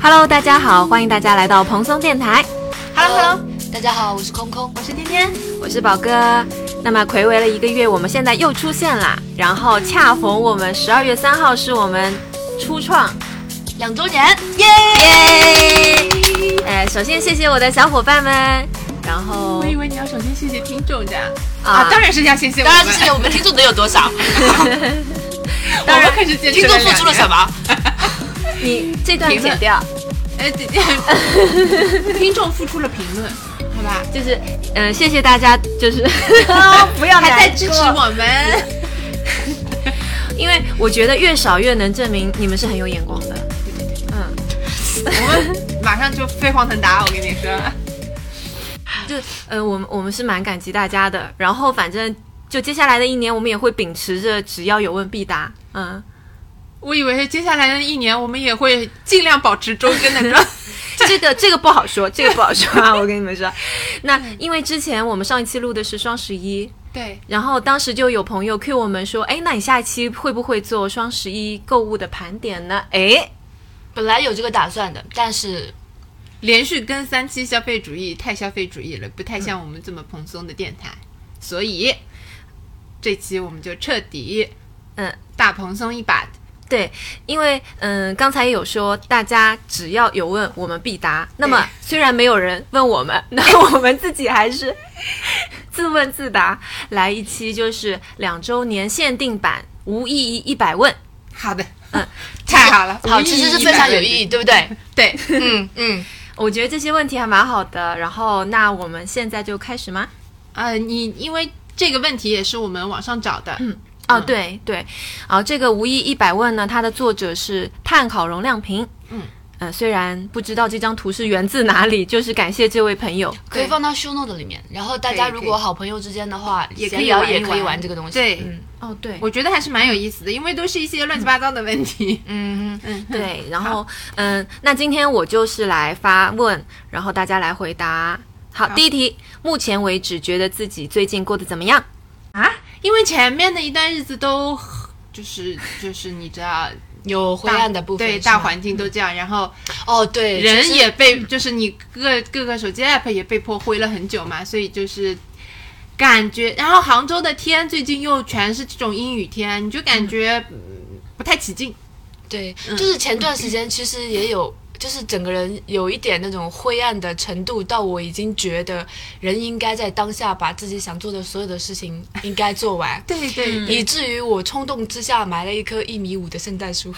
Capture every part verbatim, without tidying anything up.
Hello， 大家好，欢迎大家来到蓬松电台。 Hello Hello， 大家好，我是空空， 我是天天， 我是宝哥。那么睽违了一个月，我们现在又出现啦。然后恰逢我们十二月三号是我们初创两周年， 耶耶！哎，首先谢谢我的小伙伴们。然后我以为你要首先谢谢听众的 啊, 啊， 当然是要谢谢我们， 当然是谢谢我们听众能有多少？ 我们可是坚持听众付出了什么？ 你这段剪掉。 呃，听众付出了评论，好吧？ 就是，嗯、呃，谢谢大家，就是不要还在支持我们， 因为我觉得越少越能证明你们是很有眼光的。 对对对， 嗯， 我们马上就飞黄腾达，我跟你说。 就，呃，我们我们是蛮感激大家的。然后反正就接下来的一年，我们也会秉持着只要有问必答。嗯。 我以为接下来的一年我们也会尽量保持周更的状态。 这个这个不好说，这个不好说啊！我跟你们说，那因为之前我们上一期录的是双十一， 对， 然后当时就有朋友 cue 我们说，哎，那你下一期会不会做双十一购物的盘点呢？哎， 本来有这个打算的，但是连续跟三期消费主义太消费主义了，不太像我们这么蓬松的电台，嗯、所以这期我们就彻底嗯大蓬松一把。 对，因为嗯，刚才也有说，大家只要有问，我们必答。那么虽然没有人问我们，那我们自己还是自问自答，来一期就是两周年限定版无意义一百问。 好的，嗯，太好了， 好，其实是非常有意义，对不对？ 对， 嗯嗯， 我觉得这些问题还蛮好的。然后，那我们现在就开始吗？ 呃，你因为这个问题也是我们网上找的， 嗯。哦，对对，啊，这个无意一百问呢，它的作者是碳烤容量瓶，嗯，呃，虽然不知道这张图是源自哪里，就是感谢这位朋友， 可以放到 show note 里面，然后大家如果好朋友之间的话， 也可以玩也可以玩这个东西， 对， 嗯， 哦对， 我觉得还是蛮有意思的，因为都是一些乱七八糟的问题， 嗯嗯， 对，然后嗯，那今天我就是来发问，然后大家来回答。好，好第一题，目前为止觉得自己最近过得怎么样？ 啊？因为前面的一段日子都就是就是你知道有灰暗的部分， 对，大环境都这样，然后哦对， 人也被就是你各各个手机 app 也被迫灰了很久嘛，所以就是感觉，然后杭州的天最近又全是这种阴雨天，你就感觉、嗯、不太起劲。 对，就是前段时间其实也有。就是整个人有一点那种灰暗的程度，到我已经觉得人应该在当下把自己想做的所有的事情应该做完。 对对、嗯， 以至于我冲动之下买了一棵一米五的圣诞树。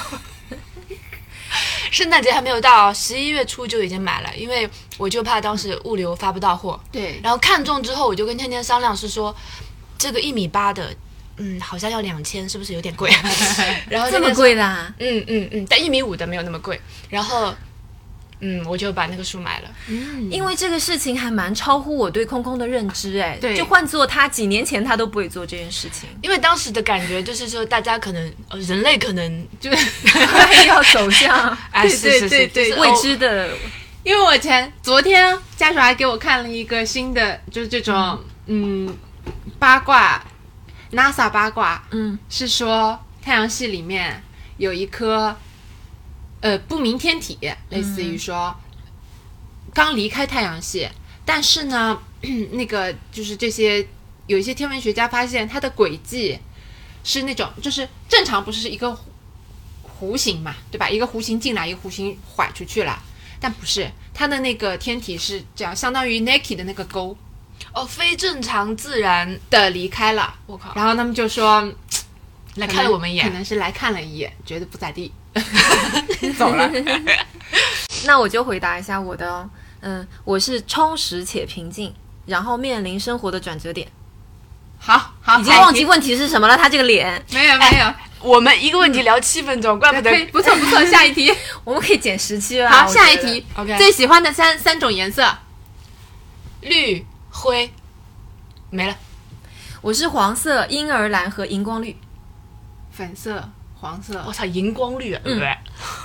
圣诞节还没有到，十一月初就已经买了，因为我就怕当时物流发不到货。 对， 然后看中之后，我就跟天天商量，是说这个一米八的。嗯，好像要两千，是不是有点贵？然后这么贵啦？ 嗯嗯嗯，但一米五的没有那么贵。然后，嗯，我就把那个树买了。 嗯，因为这个事情还蛮超乎我对空空的认知，哎， 对， 就换做他几年前他都不会做这件事情。 因为当时的感觉就是说，大家可能呃，人类可能就要走向哎，是是是对未知的。 因为我前昨天家属还给我看了一个新的，就是这种嗯, 嗯八卦。NASA 八卦，嗯，是说太阳系里面有一颗呃不明天体，类似于说、嗯、刚离开太阳系，但是呢，那个就是这些有一些天文学家发现它的轨迹是那种，就是正常不是一个弧形嘛，对吧？一个弧形进来，一个弧形拐出去了，但不是，它的那个天体是这样，相当于 Nike 的那个钩。 哦，非正常自然的离开了， 我靠！ 然后他们就说来看了我们一眼， 可能是来看了一眼，觉得不咋地，走了。 那我就回答一下我的哦，嗯，我是充实且平静，然后面临生活的转折点。 好好， 已经忘记问题是什么了，他这个脸没有没有、哎， 我们一个问题聊七分钟，怪不得。 不错不错，下一题我们可以减十期了。 好，下一题 ，OK， 最喜欢的三三种颜色， 绿。灰没了， 我是黄色、婴儿蓝和荧光绿， 粉色、黄色。 我操，荧光绿啊，对不对？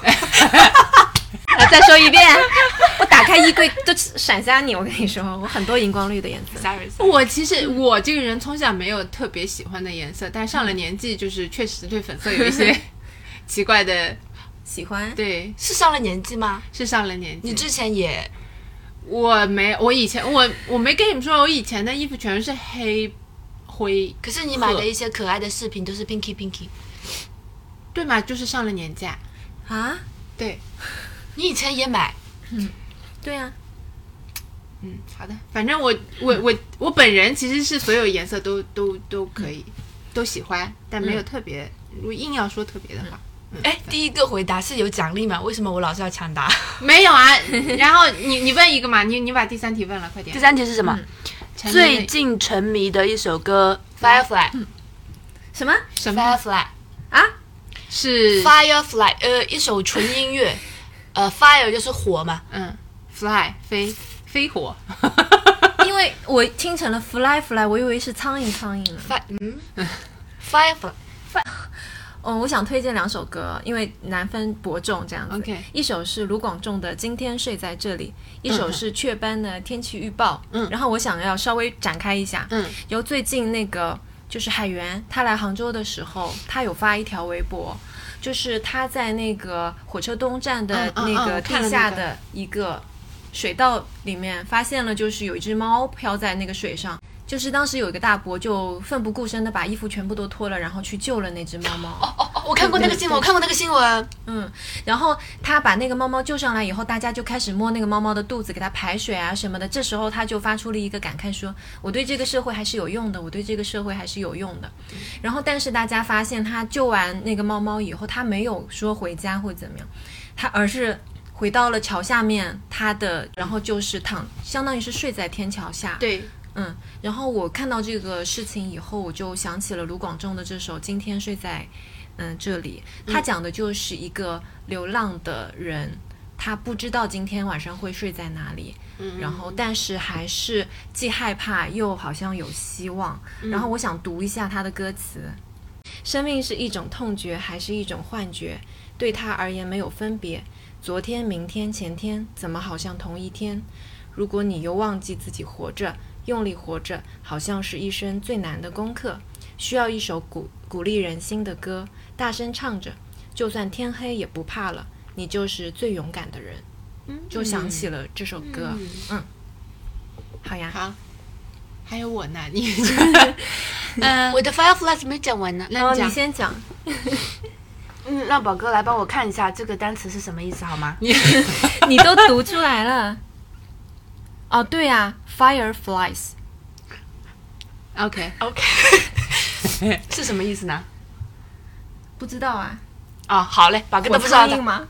再说一遍，我打开衣柜都闪瞎你！我跟你说，我很多荧光绿的颜色。 Sorry， 我其实我这个人从小没有特别喜欢的颜色，但上了年纪，就是确实对粉色有一些奇怪的喜欢。 对， 是上了年纪吗？ 是上了年纪。 你之前也我没，我以前我我没跟你们说，我以前的衣服全是黑灰， 可是你买的一些可爱的饰品都是 pinky pinky， 对嘛？就是上了年假啊？ 对， 你以前也买？ 嗯，对啊。 嗯，好的，反正我我我我本人其实是所有颜色都都都可以，都喜欢，但没有特别。如果硬要说特别的话， 哎、嗯，第一个回答是有奖励吗？为什么我老是要抢答？ 没有啊。然后你你问一个嘛，你你把第三题问了，快点。 第三题是什么？嗯、最近沉迷的一首歌 Firefly、嗯、 什么什么 Firefly 啊？ 是 Firefly 呃一首纯音乐，呃 Fire 就是火嘛， 嗯 Fly 飞飞火。 因为我听成了 fly fly， 我以为是苍蝇苍蝇了。 Fire 嗯 Firefly。 哦，我想推荐两首歌，因为难分伯仲这样子。 Okay. 一首是卢广仲的《今天睡在这里》，一首是雀斑的《天气预报》。嗯，然后我想要稍微展开一下。嗯，由最近那个就是海源，他来杭州的时候，他有发一条微博，就是他在那个火车东站的那个地下的一个水道里面发现了，就是有一只猫飘在那个水上。就是当时有一个大伯就奋不顾身的把衣服全部都脱了，然后去救了那只猫猫。 哦哦哦，我看过那个新闻，我看过那个新闻。 嗯，然后他把那个猫猫救上来以后，大家就开始摸那个猫猫的肚子，给它排水啊什么的。这时候他就发出了一个感慨说：“我对这个社会还是有用的，我对这个社会还是有用的。”然后，但是大家发现他救完那个猫猫以后，他没有说回家或怎么样，他而是回到了桥下面，他的然后就是躺，相当于是睡在天桥下。 对。 嗯，然后我看到这个事情以后，我就想起了卢广仲的这首《今天睡在嗯这里》，他讲的就是一个流浪的人，他不知道今天晚上会睡在哪里，嗯，然后但是还是既害怕又好像有希望。然后我想读一下他的歌词：生命是一种痛觉还是一种幻觉？对他而言没有分别，昨天、明天、前天，怎么好像同一天？如果你又忘记自己活着，用力活着好像是一生最难的功课，需要一首鼓鼓励人心的歌，大声唱着，就算天黑也不怕了，你就是最勇敢的人。嗯，就想起了这首歌。嗯，嗯好呀。 好，还有我呢，你嗯，我的 Firefly 没讲完呢， 那你讲、哦、你先讲。 嗯，让宝哥来帮我看一下这个单词是什么意思好吗？ 你都读出来了。哦，对啊 ，fireflies。 OK OK 是什么意思呢？ 不知道啊。 哦，好嘞，宝哥都不知道的吗？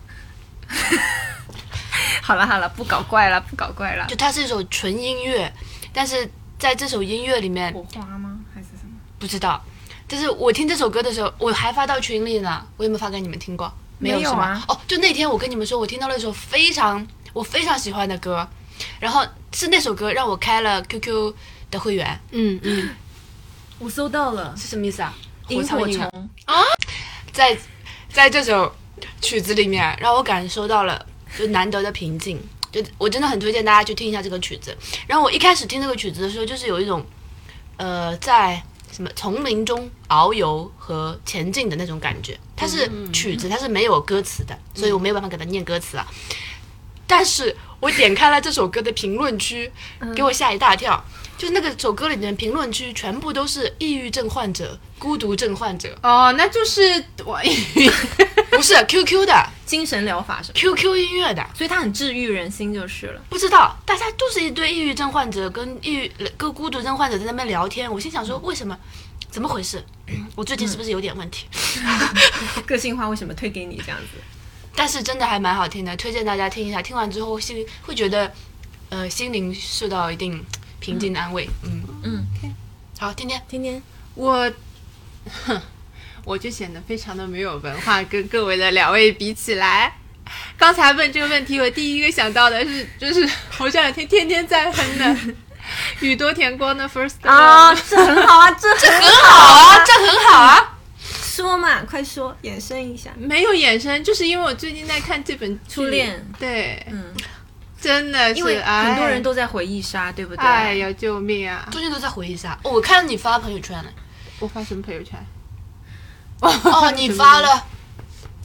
好了好了，不搞怪了，不搞怪了。 就它是一首纯音乐，但是在这首音乐里面， 火花吗？还是什么？ 不知道。但是我听这首歌的时候，我还发到群里呢。我有没有发给你们听过？没有， 没有啊。 是吗？哦，就那天我跟你们说，我听到了一首非常我非常喜欢的歌，然后是那首歌让我开了 Q Q 的会员。 嗯嗯， 我搜到了， 是什么意思啊？ 萤火虫啊，在在这首曲子里面，让我感受到了就难得的平静。就我真的很推荐大家去听一下这个曲子。然后我一开始听这个曲子的时候，就是有一种呃在什么丛林中遨游和前进的那种感觉。它是曲子，它是没有歌词的，所以我没有办法给它念歌词啊。但是我点开了这首歌的评论区，给我吓一大跳。就是那个首歌里面评论区全部都是抑郁症患者、孤独症患者。 哦，那就是我不是 Q Q 的精神疗法什么 Q Q 音乐的， 所以它很治愈人心就是了。 不知道大家都是一堆抑郁症患者跟抑郁跟孤独症患者在那边聊天，我心想说为什么？怎么回事？我最近是不是有点问题？ 嗯、个性化为什么推给你这样子？ 但是真的还蛮好听的，推荐大家听一下。听完之后心会觉得，呃，心灵受到一定平静的安慰。嗯嗯，好，天天天天， 我，哼，我就显得非常的没有文化，跟各位的两位比起来。刚才问这个问题，我第一个想到的是，就是我这两天天天在哼的宇多田光的 First Love 啊，这很好啊，这这很好啊，这很好啊。 说嘛，快说，衍生一下。 没有衍生，就是因为我最近在看这本初恋。 对，嗯，真的是， 因为很多人都在回忆杀，对不对？ 哎呀，救命啊！ 最近都在回忆杀。哦，我看你发朋友圈了。 我发什么朋友圈？ 哦，你发了。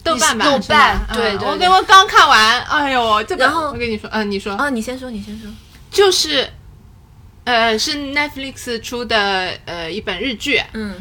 豆瓣吧， 豆瓣是吧嗯对对对我跟我刚看完，哎呦，这本然后我跟你说，嗯、你说， 哦，你先说，你先说。 就是，呃，是 Netflix 出的呃一本日剧， 嗯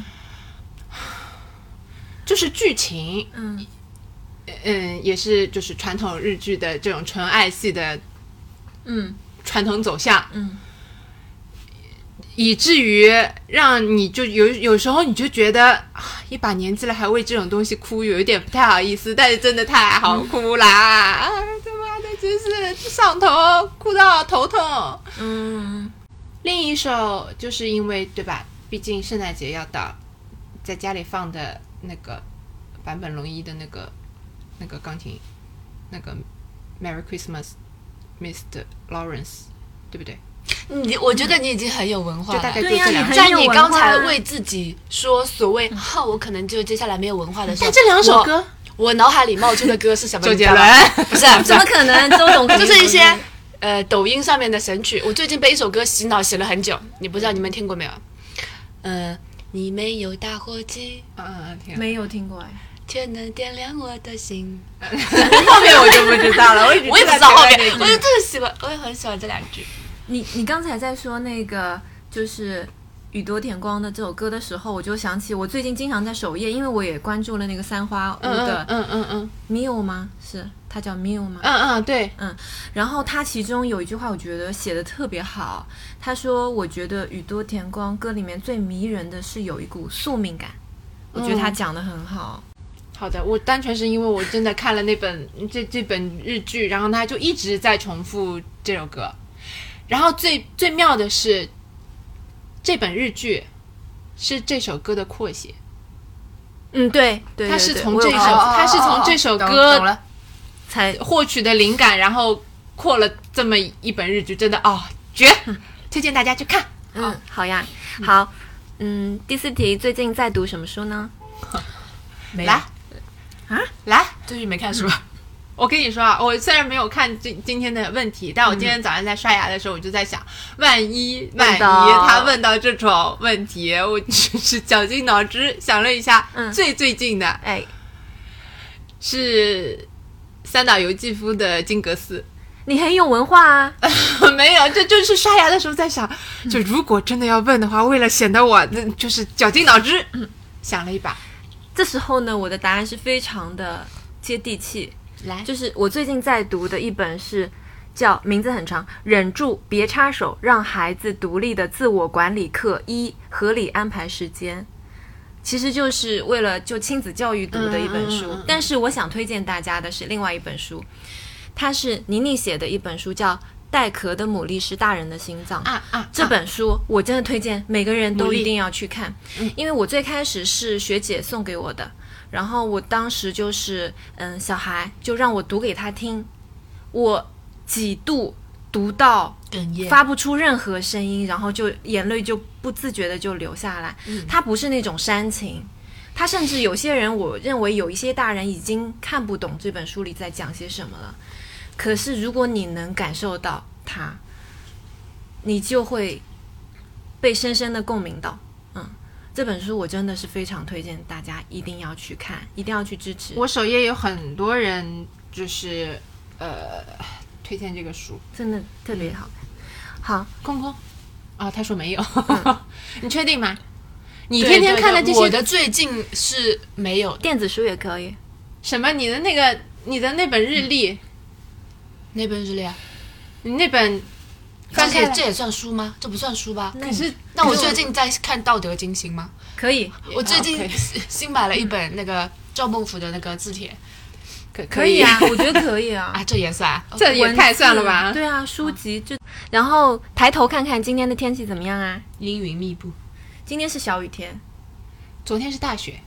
就是剧情， 嗯嗯，也是就是传统日剧的这种纯爱系的嗯传统走向， 嗯以至于让你就有有时候你就觉得啊，一把年纪了还为这种东西哭，有一点不太好意思，但是真的太好哭啦！啊，他妈的，真是上头，哭到头痛。 嗯另一首就是因为对吧？毕竟圣诞节要到，在家里放的那个坂本龙一的那个那个钢琴，那个 Merry Christmas Mister Lawrence， 对不对？ 你我觉得你已经很有文化了， 就大概就对呀这两首。 你很有在你刚才文化为自己说所谓哈，我可能就接下来没有文化的时候， 但这两首歌， 我，我脑海里冒出的歌是什么？ 周杰你知道吗伦不是啊不是啊， 怎么可能？周董肯定就是一些不呃抖音上面的神曲。我最近被一首歌洗脑洗了很久，你不知道你们听过没有？呃，你没有打火机， 嗯嗯，听没有听过哎。 却能点亮我的心。 后面我就不知道了，我一直我也不知道后面， 前那句我就真的喜欢，我也很喜欢这两句。 你你刚才在说那个就是宇多田光的这首歌的时候，我就想起我最近经常在首页，因为我也关注了那个三花屋嗯的嗯嗯嗯 Miu 吗？是他叫 Miu 吗？ 嗯嗯，对， 然后他其中有一句话，我觉得写的特别好。他说：“我觉得宇多田光歌里面最迷人的是有一股宿命感。”我觉得他讲的很好。 好的，我单纯是因为我真的看了那本这这本日剧，然后他就一直在重复这首歌，然后最最妙的是，这本日剧是这首歌的扩写， 嗯，对对， 他是对从这首我有看他是从这首懂歌懂了。 才获取的灵感，然后扩了这么一本日剧，真的哦绝，推荐大家去看。 嗯，好呀，好，嗯，第四题，最近在读什么书呢？ 没有来啊， 来， 最近没看书， 我跟你说啊，我虽然没有看今今天的问题，但我今天早上在刷牙的时候，我就在想，万一万一到他问到这种问题，我只是绞尽脑汁想了一下， 嗯最最近的哎， 是三岛由纪夫的金阁寺。 你很有文化啊。 没有，这就是刷牙的时候在想，就如果真的要问的话，为了显得我那就是绞尽脑汁，嗯，想了一把。 这时候呢，我的答案是非常的接地气。 来， 就是我最近在读的一本是叫名字很长，忍住别插手，让孩子独立的自我管理课一，合理安排时间。其实就是为了就亲子教育读的一本书， 嗯嗯嗯嗯但是我想推荐大家的是另外一本书，它是倪妮写的一本书，叫《带壳的牡蛎是大人的心脏》 啊啊， 这本书我真的推荐每个人都一定要去看， 嗯因为我最开始是学姐送给我的，然后我当时就是嗯，小孩就让我读给他听，我几度读到哽咽。 发不出任何声音，然后就眼泪就不自觉的就流下来。它不是那种煽情，它甚至有些人，我认为有一些大人已经看不懂这本书里在讲些什么了。可是如果你能感受到它，你就会被深深的共鸣到。嗯，这本书我真的是非常推荐大家一定要去看，一定要去支持。 我首页有很多人就是呃推荐这个书， 真的特别好看。好， 空空啊，他说没有，你确定吗？你对天天对看的这些对我的最近是没有的。 电子书也可以。 什么？你的那个你的那本日历， 那本日历啊， 你那本这翻开来也这也算书吗？这不算书吧？ 那可是那我最近在看《道德经》行吗？ 可以， 我最近可以新新买了一本那个赵孟頫的那个字帖可可以啊，我觉得可以啊。 啊，这也算啊。 这也太算了吧？ 对啊，书籍就，然后抬头看看今天的天气怎么样啊？ 阴云密布， 今天是小雨天。 昨天是大雪，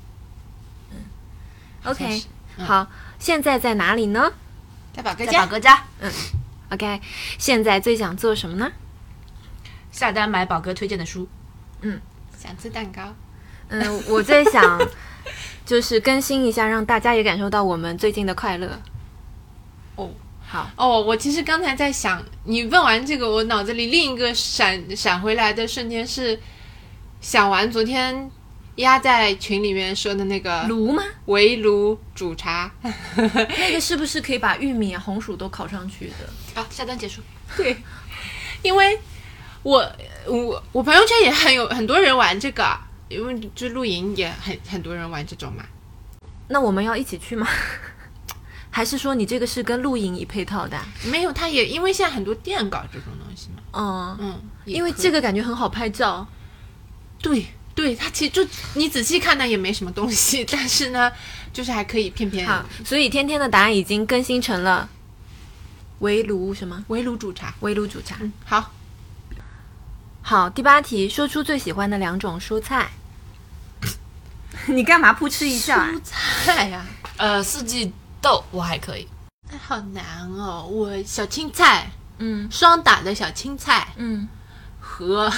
OK，、 是嗯好，现在在哪里呢在宝哥家在宝。哥家 ？OK，现在最想做什么呢？ 下单买宝哥推荐的书。 想吃蛋糕， 嗯，我在想，就是更新一下，让大家也感受到我们最近的快乐。 哦， 好， 哦，我其实刚才在想，你问完这个，我脑子里另一个闪闪回来的瞬间是，想完昨天压在群里面说的那个炉吗？ 围炉煮茶， 那个是不是可以把玉米、啊、红薯都烤上去的？ 好，下单结束。 对，因为我我我朋友圈也很有很多人玩这个，因为就露营也很很多人玩这种嘛。 那我们要一起去吗？还是说你这个是跟露营一配套的、啊？ 没有，他也因为现在很多店搞这种东西嘛。 嗯嗯， 因为这个感觉很好拍照。 对对，它其实就你仔细看呢也没什么东西，但是呢，就是还可以骗骗。 好，所以天天的答案已经更新成了围炉什么？ 围炉煮茶。 围炉煮茶。 嗯，好。 好，第八题，说出最喜欢的两种蔬菜。你干嘛扑哧一笑、啊？ 蔬菜呀、啊， 呃，四季豆我还可以。 哎，好难哦。我小青菜， 嗯， 双打的小青菜， 嗯， 和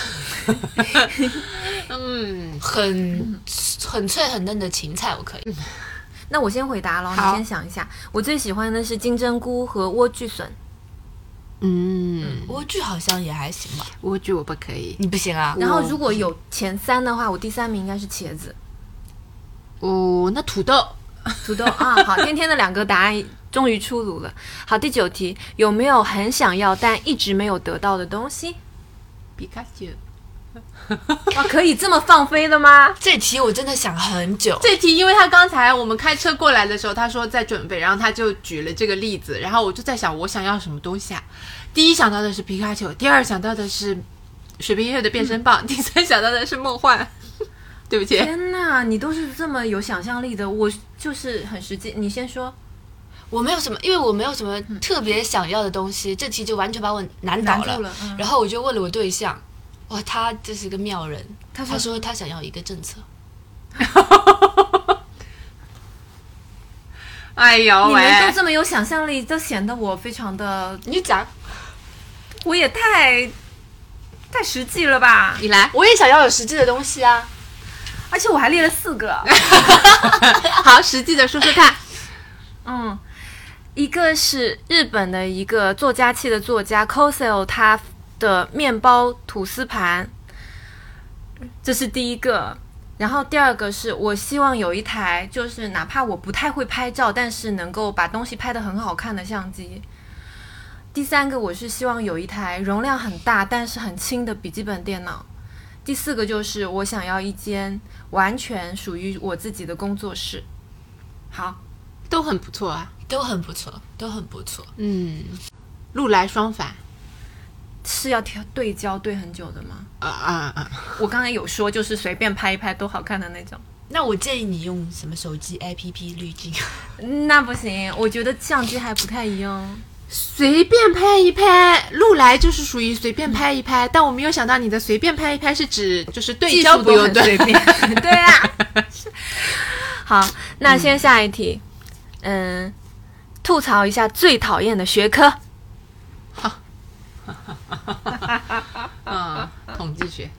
嗯， 很很脆很嫩的芹菜我可以。 那我先回答咯，你好先想一下。我最喜欢的是金针菇和莴苣笋。 嗯， 莴苣好像也还行吧。 莴苣我不可以。 你不行啊？ 然后如果有前三的话，我第三名应该是茄子。 哦，那土豆。 土豆啊，好，天天的两个答案终于出炉了。好，第九题，有没有很想要但一直没有得到的东西？ 皮卡丘。 哇，可以这么放飞的吗？ 这题我真的想很久。 这题因为他刚才我们开车过来的时候，他说在准备，然后他就举了这个例子，然后我就在想我想要什么东西啊？第一想到的是皮卡丘，第二想到的是水冰月的变身棒，嗯、第三想到的是梦幻。对不起。 天哪，你都是这么有想象力的，我就是很实际。你先说。 我没有什么，因为我没有什么特别想要的东西，嗯、这题就完全把我难倒了。 了嗯、 然后我就问了我对象，哇，他这是个妙人， 他说, 他说他想要一个政策。 哎呦喂！ 你们都这么有想象力，都显得我非常的…… 你讲， 我也太太实际了吧？ 你来， 我也想要有实际的东西啊， 而且我还列了四个。 好，实际的说说看。 嗯。一个是日本的一个做家器的作家 Cosell 他的面包吐司盘，这是第一个。然后第二个是我希望有一台就是哪怕我不太会拍照，但是能够把东西拍得很好看的相机。第三个我是希望有一台容量很大但是很轻的笔记本电脑。第四个就是我想要一间完全属于我自己的工作室。好， 都很不错啊。 都很不错，都很不错。 嗯，路来双反是要调对焦对很久的吗？ 啊啊啊！ 我刚才有说，就是随便拍一拍都好看的那种。 那我建议你用什么手机 A P P 滤镜？ 那不行，我觉得相机还不太一样。 随便拍一拍，路来就是属于随便拍一拍，嗯、但我没有想到你的随便拍一拍是指就是对焦不用对。 随便对啊。好，那先下一题。嗯。嗯吐槽一下最讨厌的学科。 好，嗯，统计学。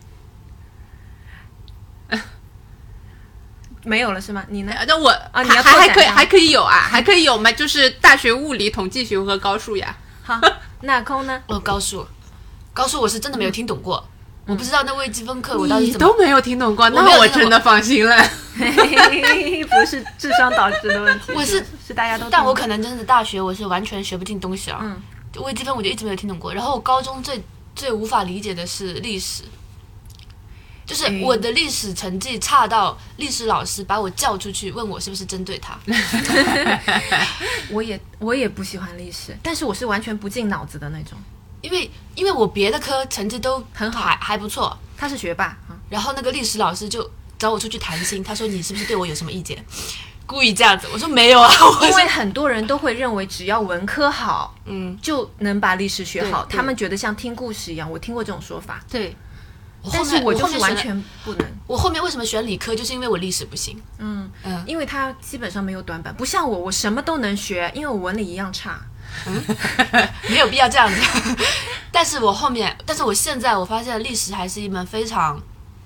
没有了是吗？你呢？ 那我啊，你要还还可以还可以有啊，还可以有吗？就是大学物理、统计学和高数呀。 好，那空呢？ 哦，高数，高数我是真的没有听懂过，嗯、我不知道那微积分课我到底你怎么都没有听懂过，那我真的放心了。 不是智商导致的问题， 我是是大家都， 但我可能真的大学我是完全学不进东西啊。 嗯， 微积分我就一直没有听懂过，然后我高中最最无法理解的是历史，就是我的历史成绩差到历史老师把我叫出去问我是不是针对他。 我也我也不喜欢历史，但是我是完全不进脑子的那种， 因为因为我别的科成绩都很好， 还还不错， 他是学霸， 嗯、然后那个历史老师就找我出去谈心，他说你是不是对我有什么意见？故意这样子，我说没有啊。我因为很多人都会认为只要文科好， 嗯， 就能把历史学好，他们觉得像听故事一样。我听过这种说法， 对， 但是我就是完全不能。 我后面为什么选理科，就是因为我历史不行。 嗯嗯，因为它基本上没有短板，不像我，我什么都能学，因为我文理一样差。 嗯，没有必要这样子。但是我后面，但是我现在我发现历史还是一门非常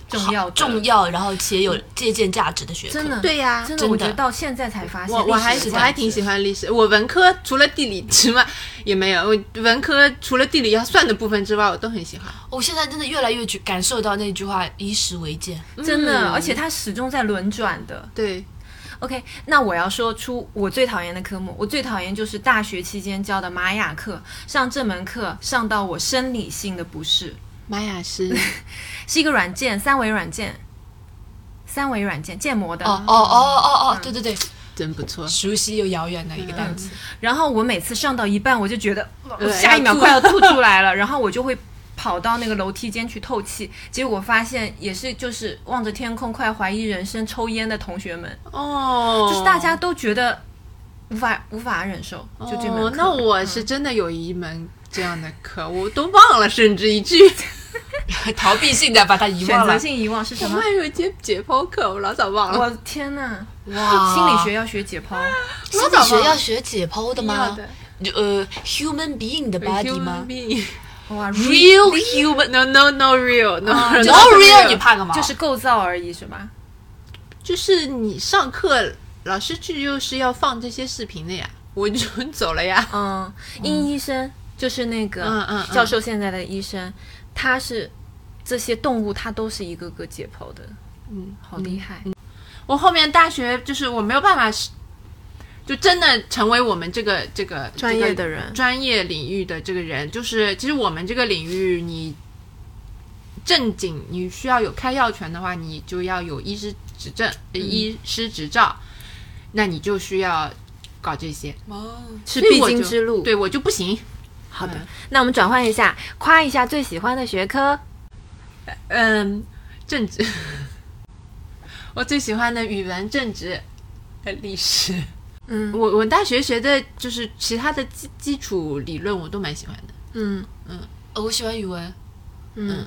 重要的重要，然后且有借鉴价值的学科。 真的对呀真的， 真的我觉得到现在才发现， 我我还历史是我还挺喜欢历史，我文科除了地理之外也没有，我文科除了地理要算的部分之外，我都很喜欢。 我现在真的越来越觉感受到那句话“以史为鉴”， 真的， 嗯而且它始终在轮转的。 对， OK，那我要说出我最讨厌的科目，我最讨厌就是大学期间教的玛雅课，上这门课上到我生理性的不适。 玛雅是是一个软件，三维软件，三维软件建模的。 哦哦哦哦哦，对对对， 真不错。 熟悉又遥远的一个单词。 然后我每次上到一半，我就觉得、呃呃下一秒要吐快要吐出来了，然后我就会跑到那个楼梯间去透气。结果发现也是就是望着天空快怀疑人生抽烟的同学们， 哦， 就是大家都觉得无法无法忍受，就这门课。 哦，那我是真的有一门这样的课，我都忘了，甚至一句。 逃避性的把它遗选忘了。 择性遗忘是什么我们？还有解解剖课，我老早忘了。 我天哪！ 哇心理学要学解剖， 心理学要学解剖的要吗的？ 呃，human being 的 body 吗 Human being 哇 ？Real human No no no real no 啊 no ，no real，你怕干嘛？ 就是构造而已，是吧？ 就是你上课老师就是要放这些视频的呀，我就走了呀。 嗯，殷医生就是那个嗯嗯嗯教授现在的医生，他是这些动物他都是一个个解剖的， 嗯， 好厉害。 我后面大学就是我没有办法，就真的成为我们这个这个专业的人这个专业领域的这个人，就是其实我们这个领域你正经你需要有开药权的话，你就要有医师执证、 嗯医师执照，那你就需要搞这些， 哦， 是必所以我就经之路。 对我就不行。 好的嗯， 那我们转换一下，夸一下最喜欢的学科。 嗯，政治，我最喜欢的语文、政治、呃历史。 嗯我我大学学的就是其他的基基础理论，我都蛮喜欢的。 嗯哦我喜欢语文。 嗯，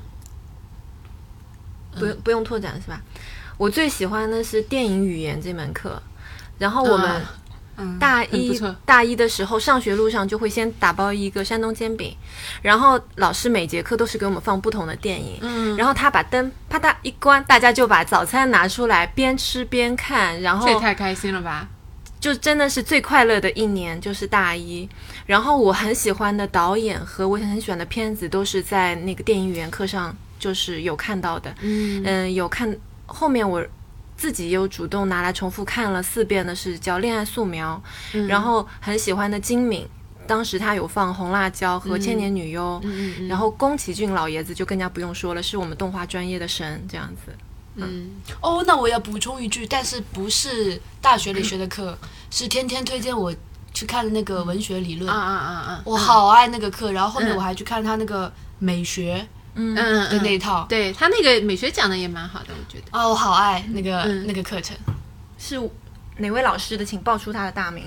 不用不用拓展是吧？我最喜欢的是电影语言这门课，然后我们啊嗯， 大一、 很不错大一的时候，上学路上就会先打包一个山东煎饼，然后老师每节课都是给我们放不同的电影， 嗯， 然后他把灯啪嗒一关，大家就把早餐拿出来边吃边看，然这也后太开心了吧！ 就真的是最快乐的一年，就是大一。然后我很喜欢的导演和我很喜欢的片子都是在那个电影语言课上就是有看到的， 嗯嗯，有看后面我自己有主动拿来重复看了四遍的是叫《恋爱素描》， 嗯然后很喜欢的金敏，当时他有放《红辣椒》和《千年女优》 嗯嗯然后宫崎骏老爷子就更加不用说了，是我们动画专业的神这样子。 嗯， 哦，那我要补充一句，但是不是大学里学的课，是天天推荐我去看的那个文学理论。 啊啊啊啊！ 我好爱那个课，然后后面嗯我还去看他那个美学嗯嗯的那一套。 对他那个美学讲的也蛮好的，我觉得。 啊，我好爱那个、 嗯那个课程。 是哪位老师的？请报出他的大名。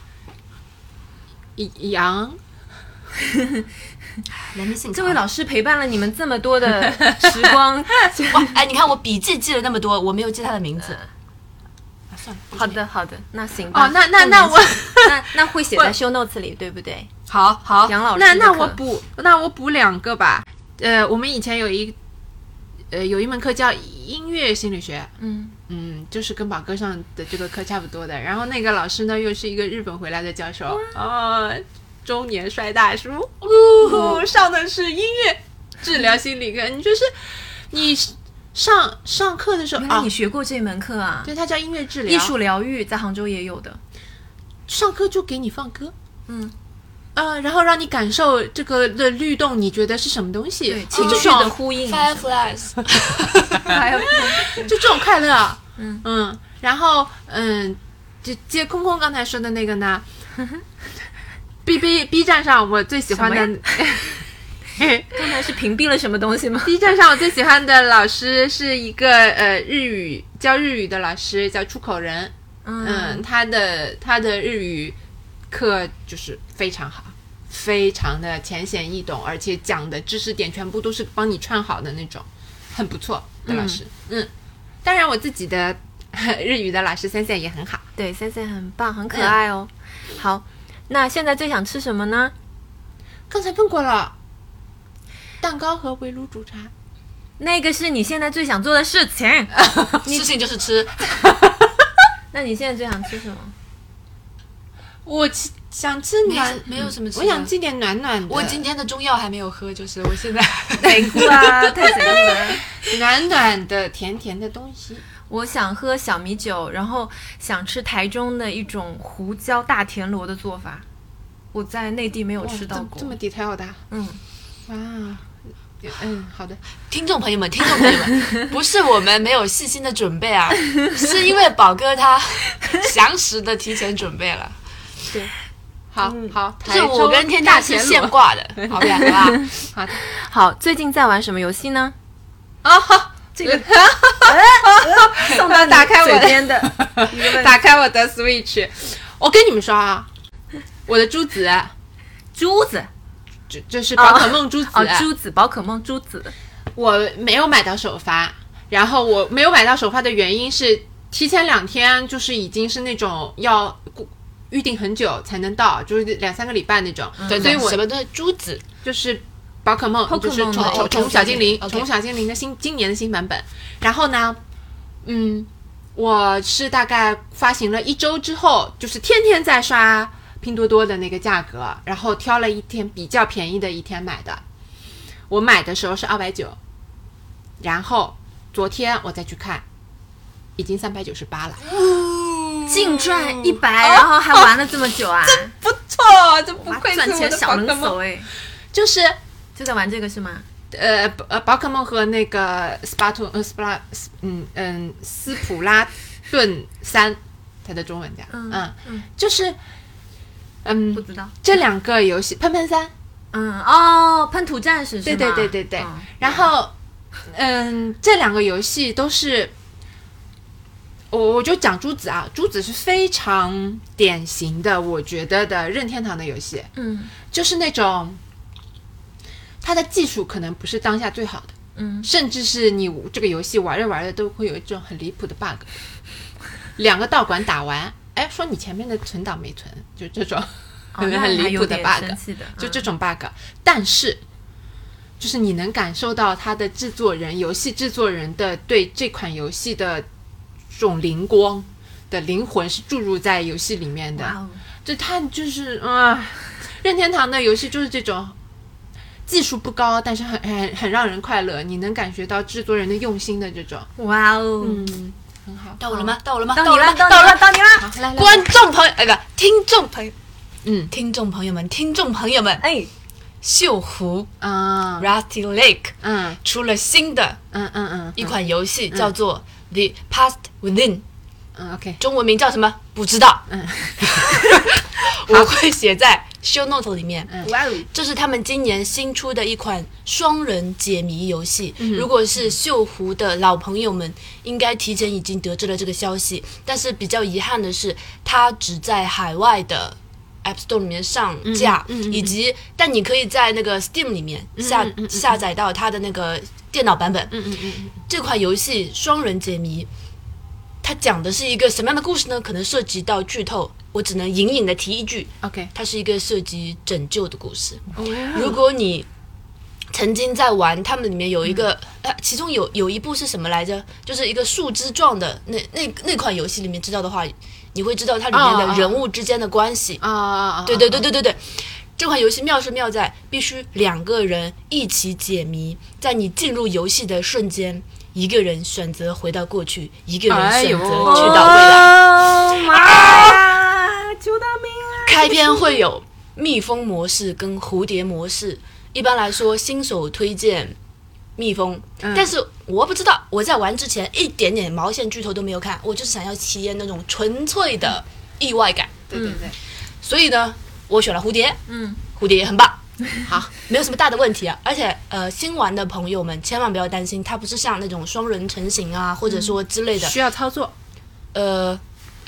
杨， 这位老师陪伴了你们这么多的时光。 哇，哎，你看我笔记记了那么多，我没有记他的名字。啊，算了， 好的，好的，那行吧。 哦，那那那我那那会写在 show notes 里，对不对？ 好好， 杨老师那那的课我补那我补两个吧。呃，我们以前有一呃有一门课叫音乐心理学， 嗯嗯，就是跟宝哥上的这个课差不多的。然后那个老师呢，又是一个日本回来的教授，哦，中年帅大叔，哦，上的是音乐治疗心理课。你就是你上上课的时候啊原来你，学过这门课啊？ 对，它叫音乐治疗， 艺术疗愈在杭州也有的。 上课就给你放歌， 嗯， 呃，然后让你感受这个的律动，你觉得是什么东西？ 对， 就情绪的这种呼应。 Fireflies， 还有就这种快乐， 嗯嗯，然后嗯，就接空空刚才说的那个呢，B B B 站上我最喜欢什的刚才是屏蔽了什么东西吗？ B 站上我最喜欢的老师是一个呃日语教日语的老师，叫出口人，嗯，他的他的日语课就是非常好，非常的浅显易懂，而且讲的知识点全部都是帮你串好的那种，很不错的老师。嗯，当然我自己的日语的老师先生也很好。 对，森森很棒，很可爱哦。好，那现在最想吃什么呢？ 刚才问过了，蛋糕和围炉煮茶。 那个是你现在最想做的事情。 事情就是吃。 那你现在最想吃什么？ 我想吃暖， 没有什么吃的我想吃点暖暖的。 我今天的中药还没有喝，就是我现在贼酷啊，太贼酷了！ 暖暖的、甜甜的东西。 我想喝小米酒，然后想吃台中的一种胡椒大田螺的做法，我在内地没有吃到过。 这么 detail 的， 嗯， 哇，嗯，好的。 听众朋友们，听众朋友们，不是我们没有细心的准备啊，是因为宝哥他详实的提前准备了。 对，好、嗯、好， 是我跟天大是现挂的，好不好？好吧， 好的。 好，最近在玩什么游戏呢？ 啊、哦，好，这个送到打开我嘴边的， 打开我的 Switch。我跟你们说啊，我的珠子， 珠子， 就就是宝可梦珠子， 哦，珠子，宝可梦珠子， 我没有买到首发。然后我没有买到首发的原因是，提前两天就是已经是那种要预定很久才能到，就是两三个礼拜那种。 嗯、对， 所以我什么都是珠子， 就是宝可梦，就是宠宠宠物小精灵，宠物小精灵的新今年的新版本。然后呢，嗯，我是大概发行了一周之后，就是天天在刷拼多多的那个价格，然后挑了一天比较便宜的一天买的。我买的时候是二百九，然后昨天我再去看，已经三百九十八了。 净赚一百，然后还玩了这么久啊！ 真不错，这不愧是赚我的钱小能宝可梦手哎！ 就是就在玩这个是吗？ 呃呃，宝可梦和那个斯巴图呃斯巴拉嗯嗯斯普拉顿三，它的中文叫嗯嗯，嗯就是嗯不知道这两个游戏喷喷三嗯哦喷土战士是吗？ 对对对对对， 嗯、 然后嗯这两个游戏都是。我我就讲珠子啊，珠子是非常典型的，我觉得的任天堂的游戏， 嗯， 就是那种它的技术可能不是当下最好的， 嗯， 甚至是你这个游戏玩着玩着都会有一种很离谱的 bug， 两个道馆打完，哎，说你前面的存档没存，就这种、哦、很离谱的 bug， 的就这种 bug，、嗯、但是就是你能感受到它的制作人，游戏制作人的对这款游戏的这种灵光的灵魂是注入在游戏里面的，就它就是啊、呃，任天堂的游戏就是这种技术不高，但是很很很让人快乐，你能感觉到制作人的用心的这种。 哇哦， 嗯，很好。 到我了吗？到我了吗？ 到你了， 到你了，到你了！ 好，来来， 观众朋友，哎不，听众朋友， 嗯， 听众朋友们，听众朋友们， 哎， 锈湖啊 ，Rusty Lake， 嗯， 出了新的， 嗯嗯嗯， 一款游戏叫做 The Past Within。 嗯 ，OK， 中文名叫什么？不知道。 嗯， 我会写在 show note 里面。 哇哦， 这是他们今年新出的一款双人解谜游戏。 嗯、 如果是锈湖的老朋友们，应该提前已经得知了这个消息。但是比较遗憾的是，它只在海外的 App Store 里面上架， 嗯嗯嗯、 以及但你可以在那个 Steam 里面下、 嗯嗯嗯、 下载到它的那个电脑版本。 嗯嗯嗯嗯、 这款游戏双人解谜。它讲的是一个什么样的故事呢？可能涉及到剧透，我只能隐隐的提一句。 OK， 它是一个涉及拯救的故事。 哦、 如果你曾经在玩，他们里面有一个，嗯、呃，其中有有一部是什么来着？就是一个树枝状的那那那款游戏里面知道的话，你会知道它里面的人物之间的关系。 啊啊啊！ 对对对对对对。这款游戏妙是妙在必须两个人一起解谜，在你进入游戏的瞬间。一个人选择回到过去，一个人选择去到未来。 哦妈呀！求大命啊！ 开篇会有蜜蜂模式跟蝴蝶模式，一般来说新手推荐蜜蜂，嗯、但是我不知道，我在玩之前一点点毛线剧透都没有看，我就是想要体验那种纯粹的意外感。 对对对， 所以呢，我选了蝴蝶， 嗯， 蝴蝶也很棒。 好， 没有什么大的问题啊，而且呃，新玩的朋友们千万不要担心，它不是像那种双人成型啊，或者说之类的、 嗯、需要操作。 呃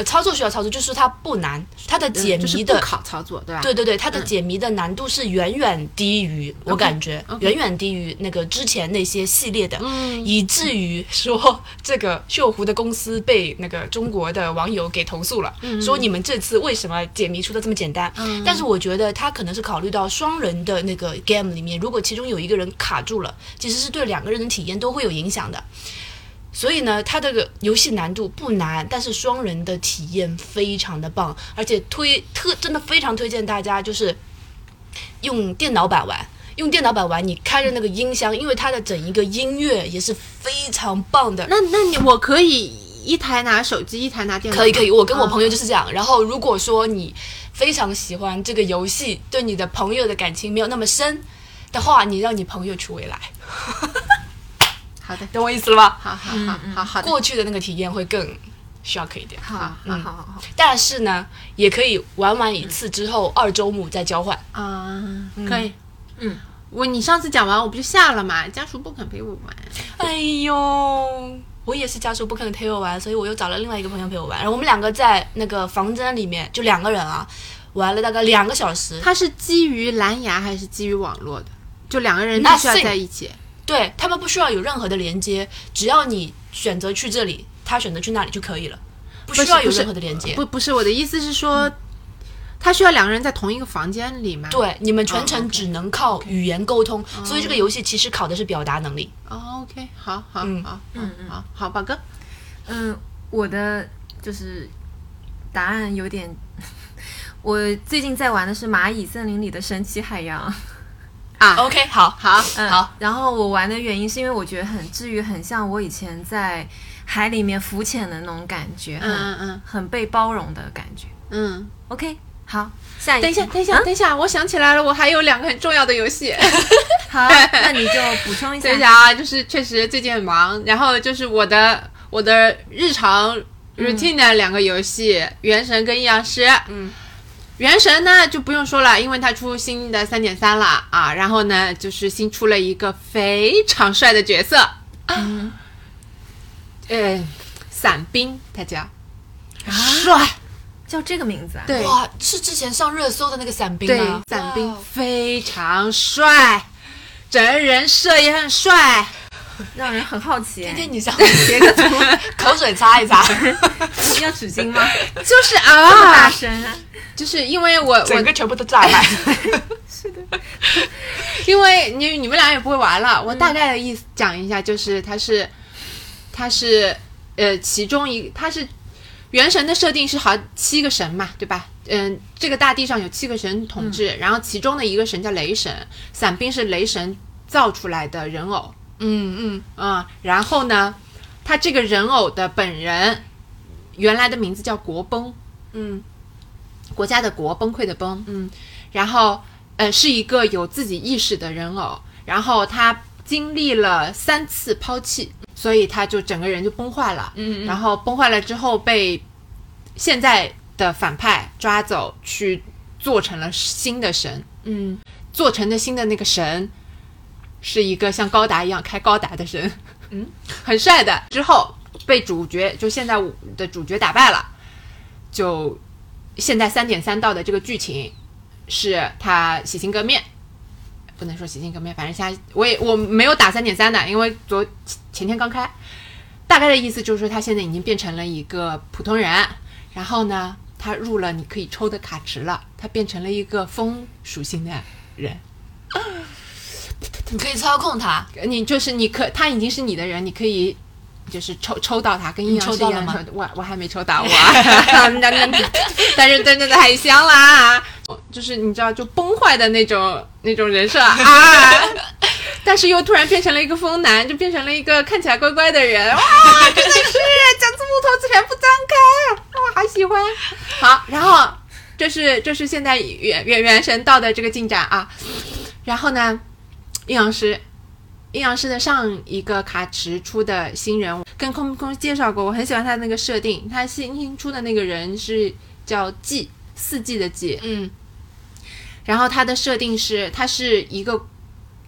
呃操作需要操作，就是它不难，它的解就是谜的、 不考操作，对吧？ 对对对，它的解谜的难度是远远低于、我感觉 OK，OK 远远低于那个之前那些系列的， 嗯以至于说这个锈湖的公司被那个中国的网友给投诉了， 嗯说你们这次为什么解谜出的这么简单？ 嗯但是我觉得他可能是考虑到双人的那个 game 里面，如果其中有一个人卡住了，其实是对两个人的体验都会有影响的。所以呢，它这个游戏难度不难，但是双人的体验非常的棒，而且推特真的非常推荐大家就是用电脑版玩。用电脑版玩，你开着那个音箱，因为它的整一个音乐也是非常棒的。 那那你我可以一台拿手机，一台拿电脑吗？ 可以可以，我跟我朋友就是这样。然后如果说你非常喜欢这个游戏，对你的朋友的感情没有那么深的话，你让你朋友去未来。 好的， 懂我意思了吧？ 好好好好好的， 过去的那个体验会更 shock 一点。 好，好， 嗯好，好，好。 但是呢，也可以玩完一次之后，二周目再交换。 啊，可以， 嗯， 我你上次讲完我不就下了嘛？家属不肯陪我玩， 哎呦，我也是家属不肯陪我玩，所以我又找了另外一个朋友陪我玩。然后我们两个在那个房间里面，就两个人啊，玩了大概两个小时。 它是基于蓝牙还是基于网络的？就两个人必须要 Nothing 在一起。 对，他们不需要有任何的连接，只要你选择去这里，他选择去那里就可以了，不需要有任何的连接。 不不是我的意思是说，嗯、他需要两个人在同一个房间里吗？ 对，你们全程只能靠语言沟通， 哦、 所以这个游戏其实考的是表达能力。 哦 OK， 好好嗯好， 嗯嗯好好，宝哥， 嗯，我的就是答案有点，我最近在玩的是蚂蚁森林里的神奇海洋。 啊 ，OK， 好， 好， 嗯， 好。 然后我玩的原因是因为我觉得很治愈，很像我以前在海里面浮潜的那种感觉， 嗯嗯嗯， 很被包容的感觉。 嗯 ，OK，好，下一等一下，等一下， 啊、 等一下，我想起来了，我还有两个很重要的游戏。 好，那你就补充一下。 等一下啊，就是确实最近很忙，然后就是我的我的日常 routine 的两个游戏，嗯《原神》跟《阴阳师》。 嗯。 原神呢就不用说了，因为它出新的 三点三 了啊，然后呢就是新出了一个非常帅的角色，嗯，呃，伞兵他叫， 啊、 帅， 叫这个名字啊？ 对， 哇，是之前上热搜的那个伞兵吗？ 对，伞兵非常帅，真人设也很帅， 让人很好奇。 天天你想截个图，口水擦一擦。 要纸巾吗？ 就是啊， 这么大声啊！ 就是因为我整个全部都炸满。 是的， 因为你你们俩也不会玩了，我大概的意思讲一下，就是它是它是呃其中一它是原神的设定是好七个神嘛，对吧？嗯，这个大地上有七个神统治，嗯、然后其中的一个神叫雷神，伞兵是雷神造出来的人偶。 嗯嗯嗯，然后呢，他这个人偶的本人原来的名字叫国崩， 嗯， 国家的国，崩溃的崩，嗯，然后呃是一个有自己意识的人偶，然后他经历了三次抛弃，所以他就整个人就崩坏了， 嗯，嗯然后崩坏了之后被现在的反派抓走去做成了新的神， 嗯， 做成的新的那个神是一个像高达一样开高达的神， 嗯， 很帅的。之后被主角就现在的主角打败了，就现在 三点三 到的这个剧情是他洗心革面，不能说洗心革面，反正现在我也我没有打 三点三 的，因为昨前天刚开。大概的意思就是说他现在已经变成了一个普通人，然后呢他入了你可以抽的卡池了，他变成了一个风属性的人。 你可以操控他， 你就是你可他已经是你的人，你可以就是抽抽到他，跟阴阳师一样抽。我我还没抽到我，但是真的太香啦！就是你知道，就崩坏的那种那种人设啊，但是又突然变成了一个疯男，就变成了一个看起来乖乖的人，哇，真的是两只木头子全部张开，我好喜欢。好，然后这是这是现在原原原神道的这个进展啊，然后呢？阴阳师，阴阳师的上一个卡池出的新人，跟空空介绍过，我很喜欢他的那个设定。他新新出的那个人是叫季，四季的季， 嗯， 然后他的设定是，他是一个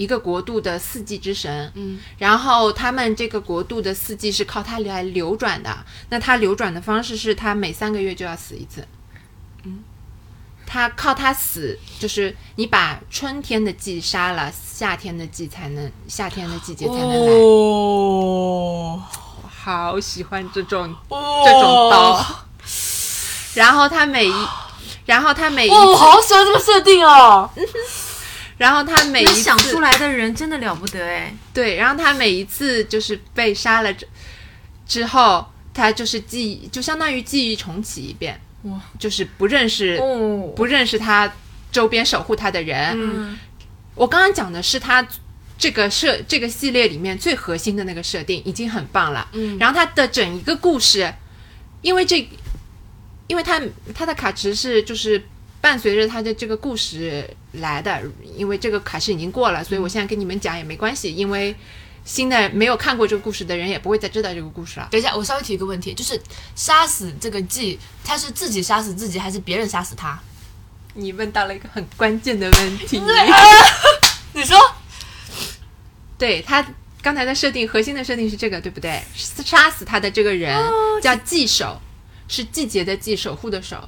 一个国度的四季之神， 嗯， 然后他们这个国度的四季是靠它来流转的，那它流转的方式是它每三个月就要死一次， 嗯， 它靠它死，就是你把春天的季杀了，夏天的季才能，夏天的季节才能来。 哦， 我好喜欢这种、 哦、 这种刀，然后它每一，然后它每一次， 哦，我好喜欢这个设定哦。 然后他每一次想出来的人真的了不得哎。 对，然后他每一次就是被杀了之之后，他就是记忆，就相当于记忆重启一遍， 哇， 就是不认识、 哦、 不认识他周边守护他的人。 嗯， 我刚刚讲的是他这个设这个系列里面最核心的那个设定已经很棒了。 嗯， 然后他的整一个故事，因为这，因为他他的卡池是就是伴随着他的这个故事来的，因为这个卡池已经过了，所以我现在跟你们讲也没关系，因为新的没有看过这个故事的人也不会再知道这个故事了。 等一下，我稍微提一个问题，就是杀死这个季，他是自己杀死自己，还是别人杀死他？ 你问到了一个很关键的问题。 你说， 对，他刚才的设定，核心的设定是这个，对不对？杀死他的这个人、哦、叫季守，是季节的季，守护的守。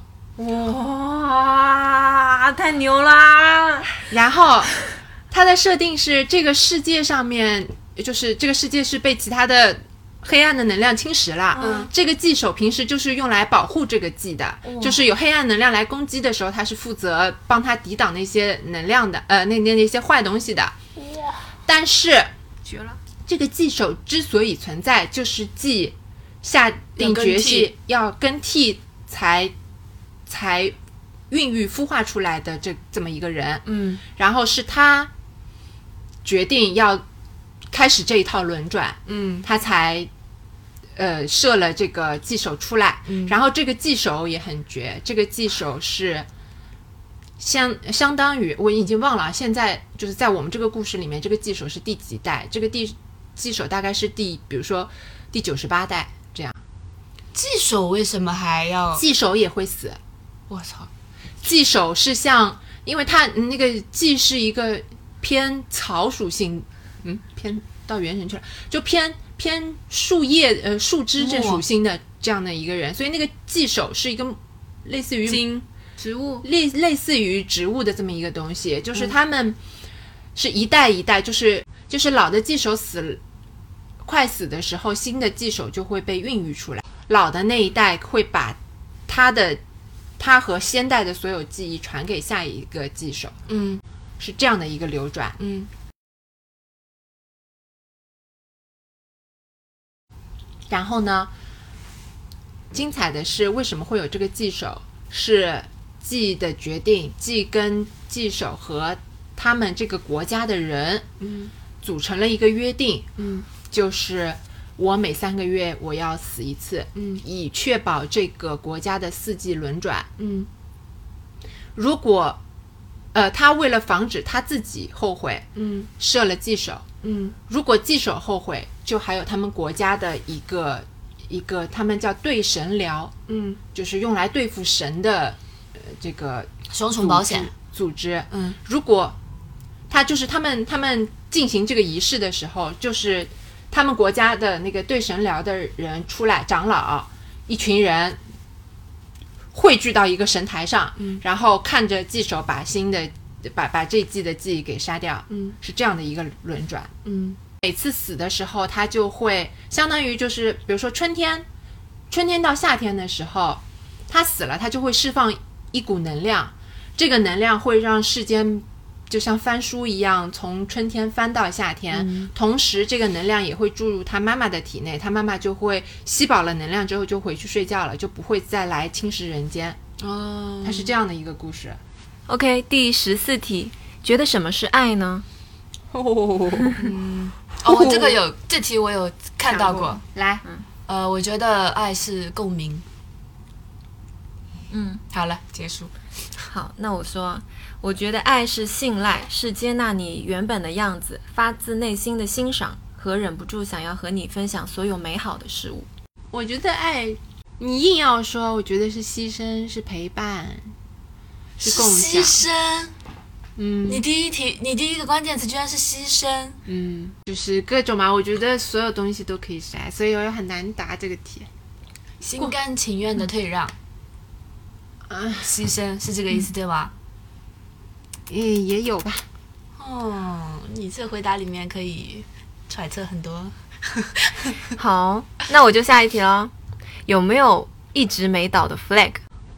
哇，太牛啦！ 然后它的设定是这个世界上面，就是这个世界是被其他的黑暗的能量侵蚀了。 嗯， 这个季守平时就是用来保护这个季的，就是有黑暗能量来攻击的时候，他是负责帮他抵挡那些能量的，呃，那那那些坏东西的。 哇！ 但是绝了， 这个季守之所以存在，就是季下定决心要更替才。才孕育孵化出来的这这么一个人， 嗯， 然后是他决定要开始这一套轮转， 嗯， 他才呃设了这个祭手出来， 嗯， 然后这个祭手也很绝，这个祭手是相相当于我已经忘了，现在就是在我们这个故事里面，这个祭手是第几代？这个第祭手大概是第，比如说第九十八代这样。 祭手为什么还要？ 祭手也会死。 我操！ 祭手是像，因为它那个祭是一个偏草属性，嗯，偏到原神去了，就偏偏树叶呃树枝这属性的这样的一个人，所以那个祭手是一个类似于茎植物， 类类似于植物的这么一个东西，就是他们是一代一代，就是就是老的祭手死快死的时候，新的祭手就会被孕育出来，老的那一代会把他的。他和先代的所有记忆传给下一个祭手， 嗯， 是这样的一个流转， 嗯。 然后呢，精彩的是为什么会有这个祭手？是祭的决定，祭跟祭手和他们这个国家的人， 嗯， 组成了一个约定， 嗯， 就是我每三个月我要死一次， 嗯， 以确保这个国家的四季轮转， 嗯， 如果，呃，他为了防止他自己后悔， 嗯， 设了祭手， 嗯， 如果祭手后悔，就还有他们国家的一个一个，他们叫对神疗， 嗯， 就是用来对付神的，呃，这个双重保险组织， 嗯， 如果他就是他们他们进行这个仪式的时候，就是他们国家的那个对神疗的人出来，长老一群人汇聚到一个神台上， 嗯， 然后看着祭手把新的把把这一季的祭给杀掉， 嗯， 是这样的一个轮转， 嗯， 每次死的时候，他就会相当于就是比如说春天，春天到夏天的时候，他死了，他就会释放一股能量，这个能量会让世间就像翻书一样，从春天翻到夏天， 嗯， 同时这个能量也会注入他妈妈的体内，他妈妈就会吸饱了能量之后就回去睡觉了，就不会再来侵蚀人间。 哦， 它是这样的一个故事。 OK， 第十四题，觉得什么是爱呢？ 哦， 嗯，哦，这个有这题我有看到过。 来， 呃，我觉得爱是共鸣。 嗯， 好了，结束。 好，那我说，我觉得爱是信赖，是接纳你原本的样子，发自内心的欣赏和忍不住想要和你分享所有美好的事物。 我觉得爱，你硬要说，我觉得是牺牲，是陪伴，是共享。 牺牲， 嗯你第一题，你第一个关键词居然是牺牲。 嗯，就是各种嘛，我觉得所有东西都可以筛，所以我也很难答这个题。 心甘情愿的退让， 啊， 牺牲是这个意思、对吧？ 也也有吧。 哦，你这回答里面可以揣测很多。 好，那我就下一题了。有没有一直没倒的 flag？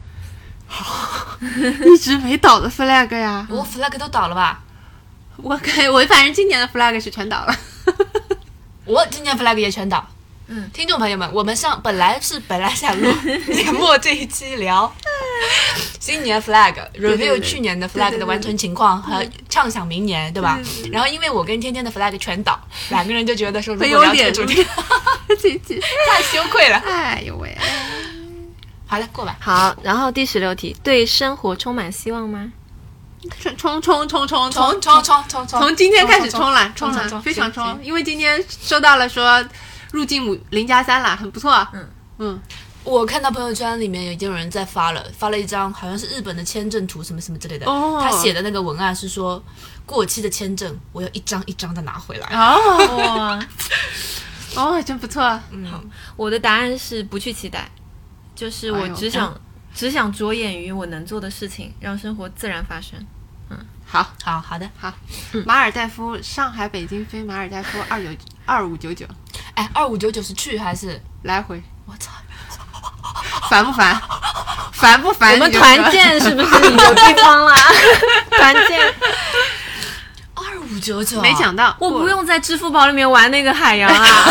一直没倒的 flag 呀， 我 flag 都倒了吧？ 我看我反正今年的 flag 是全倒了。 我今年 flag 也全倒。 嗯， 听众朋友们，我们上本来是本来想录年末这一期聊新年 flag 对 review 对去年的对 flag 对的完成情况和畅想明年，对吧？然后因为我跟天天的 flag 全倒，两个人就觉得说如果聊这个主题这题太羞愧了。 哎呦喂！ 好了，过吧。 好，然后第十六题，对生活充满希望吗？ 冲冲冲冲冲冲冲冲冲冲！ 从今天开始冲了， 冲冲了，非常冲！ 冲行行因为今天收到了说入境五零加三了，很不错。 嗯嗯， 我看到朋友圈里面已经有人在发了，发了一张好像是日本的签证图什么什么之类的。 哦他写的那个文案是说，过期的签证我要一张一张的拿回来。 哦哇， 哦，真不错。 嗯， 我的答案是不去期待，就是我哎呦只想、只想着眼于我能做的事情，让生活自然发生。 好， 好好的。 好，马尔代夫上海北京飞马尔代夫二九二五九九哎，二五九九是去还是？ 来回， 我操！ 烦不烦？烦不烦？ 我们你就说团建是不是有地方啦？团建， 二五九九， 没想到， 我不用在支付宝里面玩那个海洋啊。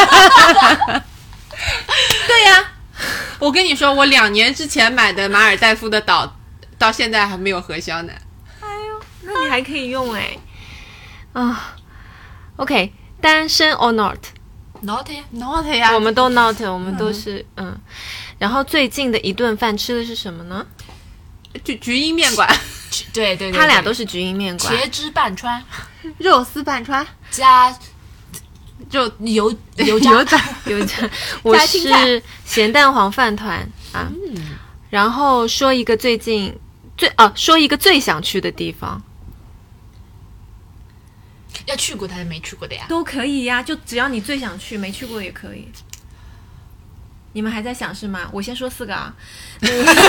对呀、我跟你说，我两年之前买的马尔代夫的岛，到现在还没有核销呢。 那你还可以用哎、啊、OK， 单身 or not？ naughty。 not 呀， 我们都 not， 我们都是嗯。然后最近的一顿饭吃的是什么呢？ 菊菊英面馆， 对对对， 他俩都是菊英面馆。 茄汁拌川肉丝拌川， 加肉油油炸。 油炸， 有这，我加青菜是咸蛋黄饭团啊。然后说一个最近最啊，说一个最想去的地方要去过的还是没去过的呀？ 都可以呀，就只要你最想去，没去过也可以。你们还在想是吗？我先说四个啊。 来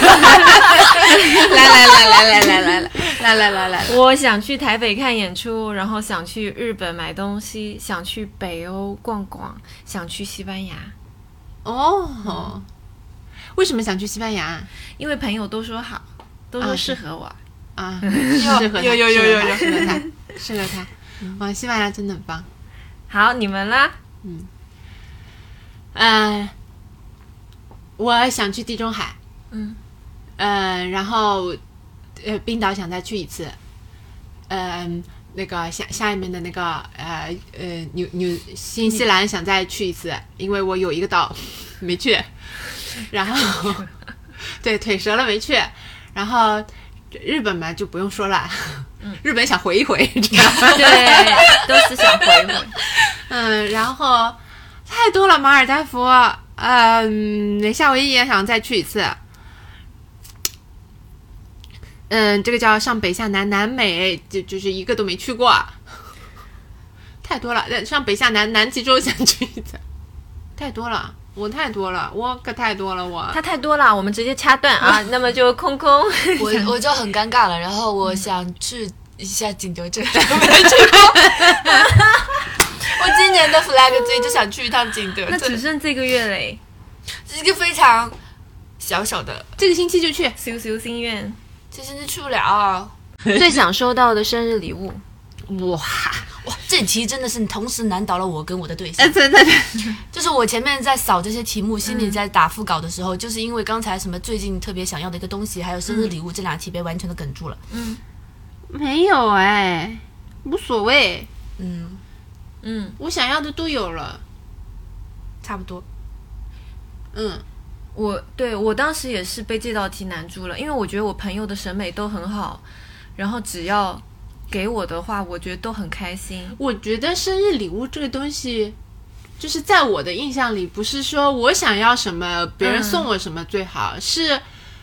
来来来来来来来来来来来， 我想去台北看演出，然后想去日本买东西，想去北欧逛逛，想去西班牙， 哦，为什么想去西班牙因为朋友都说好，都说适合我。 啊？适合他， 有有有有有适合他，适合他。哇，西班牙真的很棒。 好，你们啦？ 嗯，我想去地中海。 嗯， 嗯，然后呃，冰岛想再去一次。嗯，那个下下面的那个呃呃纽纽新西兰想再去一次，因为我有一个岛没去，然后对腿折了没去，然后日本嘛就不用说了，日本想回一回，这样对，都是想回回。 嗯，然后太多了，马尔代夫，嗯，夏威夷也想再去一次。嗯，这个叫上北下南，南美就就是一个都没去过，太多了。上北下南，南极洲想去一次，太多了，我太多了，我可太多了，我。 它太多了，我们直接掐断啊，那么就空空。 我我就很尴尬了，然后我想去一下景德镇，没去过。我今年的 flag 自己就想去一趟景德那只镇， 剩这个月嘞， 是一个非常小小的， 这个星期就去。 羞羞心愿。 这甚至去不了啊。 最想收到的生日礼物， 哇， 哇，这题真的是同时难倒了我跟我的对象哎，。真的， 就是我前面在扫这些题目，心里在打副稿的时候，就是因为刚才什么最近特别想要的一个东西，还有生日礼物这两题被完全的哽住了。 没有哎，无所谓， 嗯， 嗯， 我想要的都有了。 差不多。 嗯， 我对我当时也是被这道题难住了，因为我觉得我朋友的审美都很好，然后只要给我的话，我觉得都很开心。 我觉得生日礼物这个东西，就是在我的印象里，不是说我想要什么，别人送我什么最好，是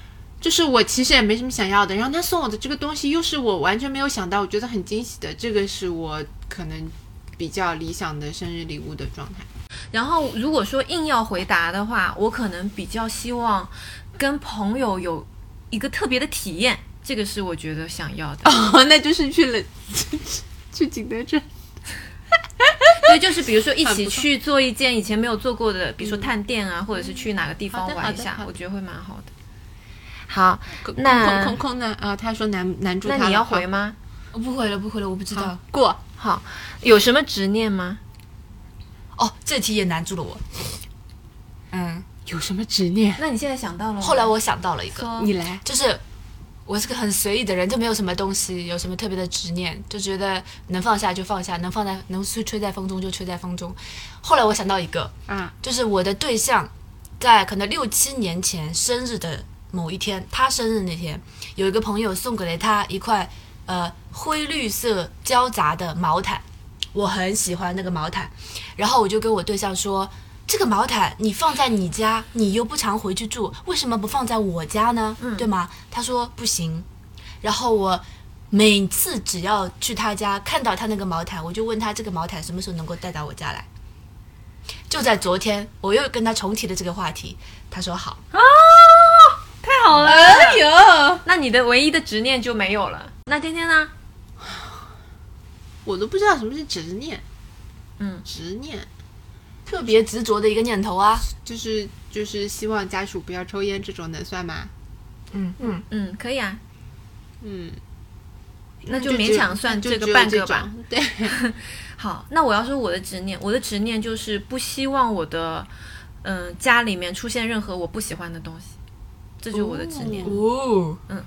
就是我其实也没什么想要的，然后他送我的这个东西又是我完全没有想到，我觉得很惊喜的，这个是我可能比较理想的生日礼物的状态。 然后如果说硬要回答的话，我可能比较希望跟朋友有一个特别的体验，这个是我觉得想要的。 哦，那就是去了去景德镇。 对，就是比如说一起去做一件以前没有做过的，比如说探店啊，嗯、或者是去哪个地方玩一下，我觉得会蛮好的。好，那空空空的啊，他说难难住他了。 那你要回吗？ 我不回了，不回了，我不知道。 过好，有什么执念吗？ 哦，这题也难住了我。嗯， 有什么执念？ 那你现在想到了吗？ 后来我想到了一个， 你来， 就是我是个很随意的人，就没有什么东西有什么特别的执念，就觉得能放下就放下，能放在能吹在风中就吹在风中。后来我想到一个， 啊， 就是我的对象在可能六七年前生日的某一天，他生日那天，有一个朋友送给了他一块呃灰绿色交杂的毛毯，我很喜欢那个毛毯，然后我就跟我对象说，这个毛毯你放在你家，你又不常回去住，为什么不放在我家呢？嗯、对吗？他说不行。然后我每次只要去他家看到他那个毛毯，我就问他这个毛毯什么时候能够带到我家来。就在昨天，我又跟他重提了这个话题，他说好。 啊，太好了！ 哎呦， 那你的唯一的执念就没有了。那天天呢？ 我都不知道什么是执念。 嗯， 执念。 特别执着的一个念头啊， 就是就是希望家属不要抽烟，这种能算吗？ 嗯嗯嗯，可以啊， 嗯， 那就勉强算这个半个吧。 对， 好，那我要说我的执念，我的执念就是不希望我的嗯、呃、家里面出现任何我不喜欢的东西，这就是我的执念。 哦， 嗯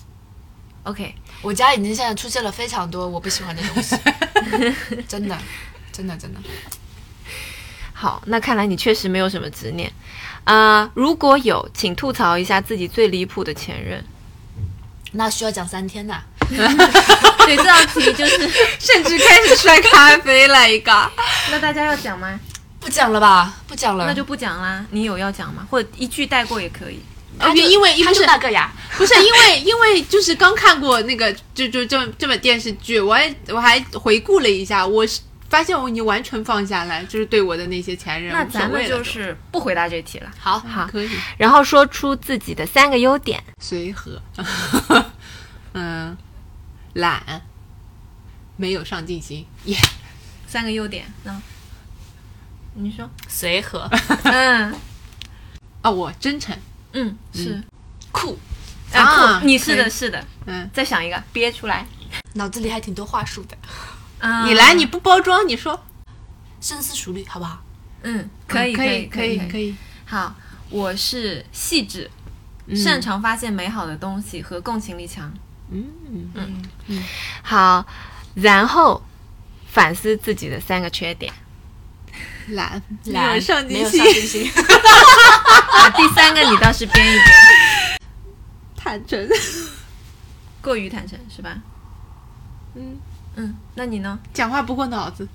，OK， 我家已经现在出现了非常多我不喜欢的东西，真的，真的，真的。 好，那看来你确实没有什么执念啊、呃。如果有，请吐槽一下自己最离谱的前任。 那需要讲三天呐。 对，这道题就是甚至开始摔咖啡了一个。 那大家要讲吗？ 不讲了吧，不讲了。 那就不讲啦。你有要讲吗？或者一句带过也可以。 啊，因为他不是那个呀， 不是因为因为就是刚看过那个就就这这本电视剧，我还我还回顾了一下，我是。发现我已经完全放下来，就是对我的那些前任。 那咱们就是不回答这题了。 好好， 可以。 然后说出自己的三个优点。 随和，嗯，懒，没有上进心。耶、yeah ， 三个优点，那你说。 随和， 嗯， 啊，我真诚， 嗯，是酷啊，酷，你是的，是的， 嗯， 再想一个，憋出来， 脑子里还挺多话术的。 嗯、 你来，你不包装，你说， 深思熟虑，好不好？ 嗯，可以， 可以， 可以，可以。 好，我是细致， 嗯、 擅长发现美好的东西和共情力强。 嗯嗯嗯。好，然后反思自己的三个缺点。 懒， 懒， 没有上进心。 心啊，第三个你倒是编一编。 坦诚。 过于坦诚是吧？ 嗯。 嗯，那你呢？ 讲话不过脑子，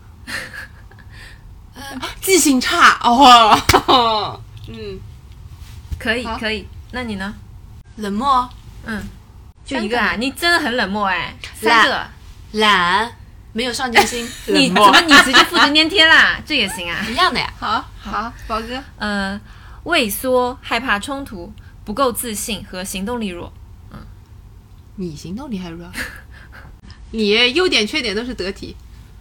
记性差哦。嗯， 可以可以。那你呢？ 冷漠。 嗯，就一个啊？你真的很冷漠哎。三个。 懒，没有上进心。 你怎么你直接复制粘贴啦？这也行啊？ 一样的呀。 好，好，宝哥。 呃，畏缩、害怕冲突、不够自信和行动力弱。嗯， 你行动力还弱。你优点缺点都是得体。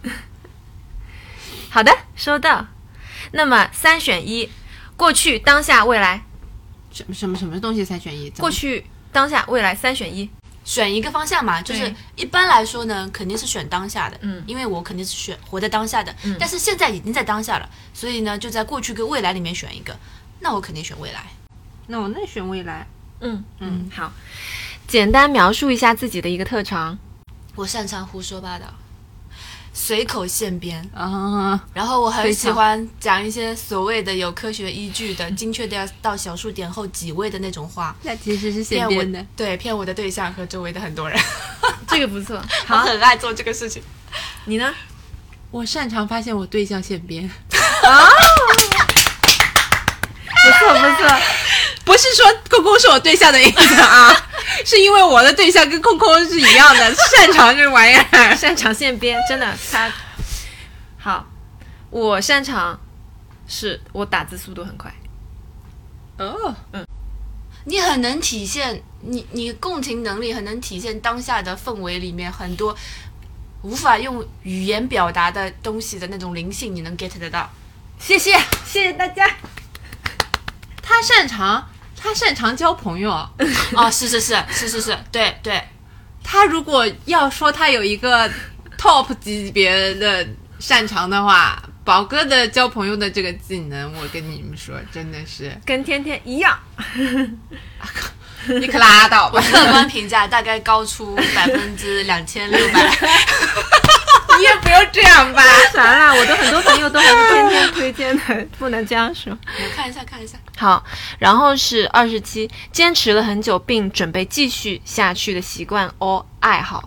好的，收到。那么三选一，过去、当下、未来。 什么什么什么东西三选一？ 过去、当下、未来三选一， 选一个方向嘛。就是一般来说呢，肯定是选当下的， 嗯， 因为我肯定是选活在当下的。 嗯， 但是现在已经在当下了，所以呢，就在过去跟未来里面选一个。那我肯定选未来。 那我那选未来。 嗯嗯，好。简单描述一下自己的一个特长。 我擅长胡说八道，随口现编啊， 然后我很喜欢讲一些所谓的有科学依据的、精确的到小数点后几位的那种话。 那其实是现编的， 对，骗我的对象和周围的很多人。 这个不错， 好，我很爱做这个事情。 你呢？ 我擅长发现我对象现编。 啊，不错不错。 不是说空空是我对象的意思啊，是因为我的对象跟空空是一样的，擅长这玩意儿， 擅长现编，真的他好。我擅长是我打字速度很快。 哦， 嗯， 你很能体现你你共情能力，很能体现当下的氛围里面很多无法用语言表达的东西的那种灵性，你能 get 得到。 谢谢谢谢大家。 他擅长他擅长交朋友。 哦，是是是是是是，对对。 他如果要说他有一个 top 级别的擅长的话，宝哥的交朋友的这个技能，我跟你们说，真的是跟天天一样。 你可拉倒吧！ 客观评价大概高出百分之两千六百。 你也不用这样吧？ 啥啦？我的很多朋友都还是天天推荐的，不能这样说。 我看一下看一下。 好，然后是二十七，坚持了很久并准备继续下去的习惯哦，爱好。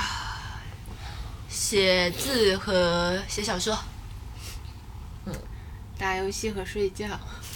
写字和写小说。 打游戏和睡觉。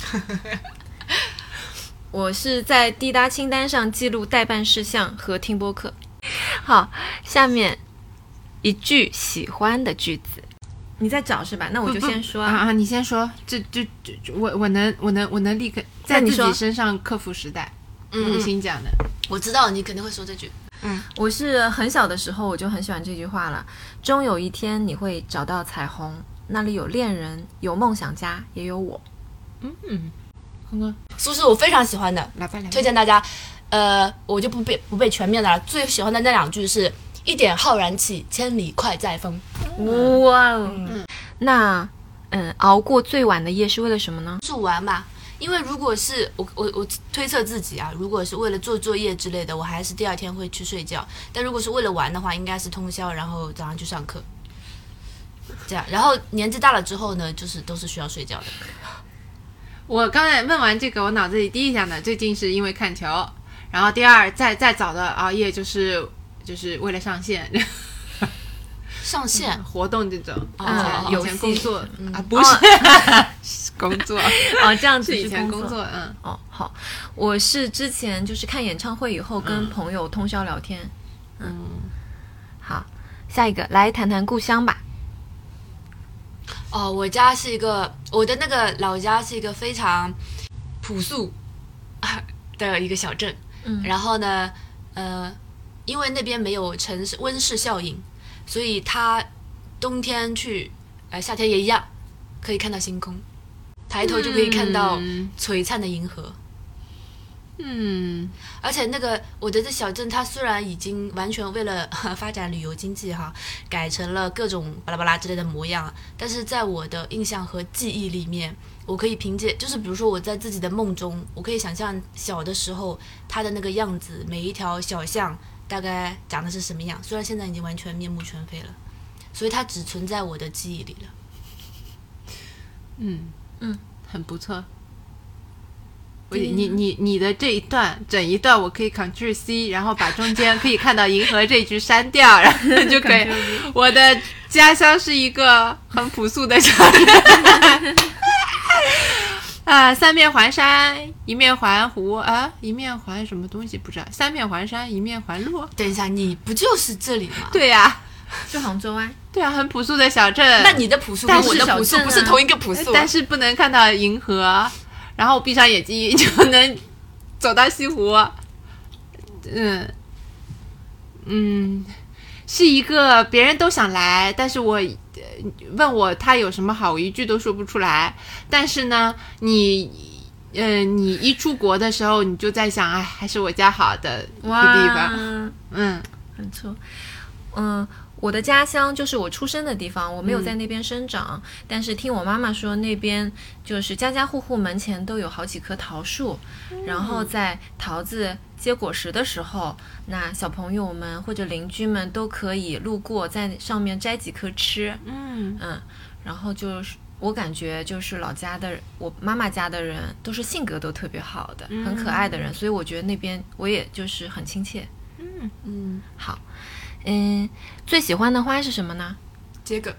我是在滴答清单上记录待办事项和听播客。好，下面一句喜欢的句子，你在找是吧？那我就先说啊啊！你先说，这这这，我我能我能我能立刻在自己身上克服时代。木星讲的， 我知道你肯定会说这句。 嗯，我是很小的时候我就很喜欢这句话了。终有一天你会找到彩虹，那里有恋人，有梦想家，也有我。 嗯，空空， 苏是我非常喜欢的， 来吧来吧， 推荐大家。呃，我就不背不背全面的了。最喜欢的那两句是一点浩然气，千里快在风。 哇哦，嗯，那嗯，熬过最晚的夜是为了什么呢？ 是玩吧。因为如果是我我我推测自己啊，如果是为了做作业之类的，我还是第二天会去睡觉。但如果是为了玩的话，应该是通宵，然后早上去上课。这样，然后年纪大了之后呢，就是都是需要睡觉的。 我刚才问完这个，我脑子里第一想的最近是因为看球，然后第二再再早的熬夜就是就是为了上线。 上线、 嗯、活动这种， 嗯， 以前工作、 嗯、 啊，不是、哦、工作哦，这样子是以前工作， 作嗯， 哦，好，我是之前就是看演唱会以后跟朋友通宵聊天，嗯，嗯好，下一个来谈谈故乡吧。 哦，我家是一个，我的那个老家是一个非常朴素的一个小镇， 嗯， 然后呢，呃，因为那边没有城市温室效应。所以它冬天去，呃，夏天也一样，可以看到星空，抬头就可以看到璀璨的银河。 嗯， 而且那个我的这小镇，它虽然已经完全为了发展旅游经济哈，改成了各种巴拉巴拉之类的模样，但是在我的印象和记忆里面，我可以凭借，就是比如说我在自己的梦中，我可以想象小的时候它的那个样子，每一条小巷。大概长的是什么样？虽然现在已经完全面目全非了，所以它只存在我的记忆里了。 嗯嗯， 很不错。我你你你的这一段整一段，我可以 Ctrl C， 然后把中间可以看到银河这句删掉，然后就可以。我的家乡是一个很朴素的小镇。啊，三面环山，一面环湖啊，一面环什么东西不知道？三面环山，一面环路。 等一下，你不就是这里吗？ 对呀、啊， 就杭州啊。 对啊，很朴素的小镇。 那你的朴素跟我的朴素不是同一个朴素、啊。 但是不能看到银河，然后闭上眼睛就能走到西湖。嗯嗯，是一个别人都想来，但是我。问我他有什么好，我一句都说不出来。但是呢，你，呃，你一出国的时候，你就在想，哎，还是我家好的一个地方。嗯， 很错。嗯，我的家乡就是我出生的地方，我没有在那边生长，嗯、但是听我妈妈说，那边就是家家户户门前都有好几棵桃树，嗯、然后在桃子结果实的时候，那小朋友们或者邻居们都可以路过，在上面摘几颗吃。 嗯嗯，然后就是我感觉就是老家的我妈妈家的人都是性格都特别好的，嗯、很可爱的人，所以我觉得那边我也就是很亲切。 嗯嗯，好，嗯，最喜欢的花是什么呢？ 桔梗。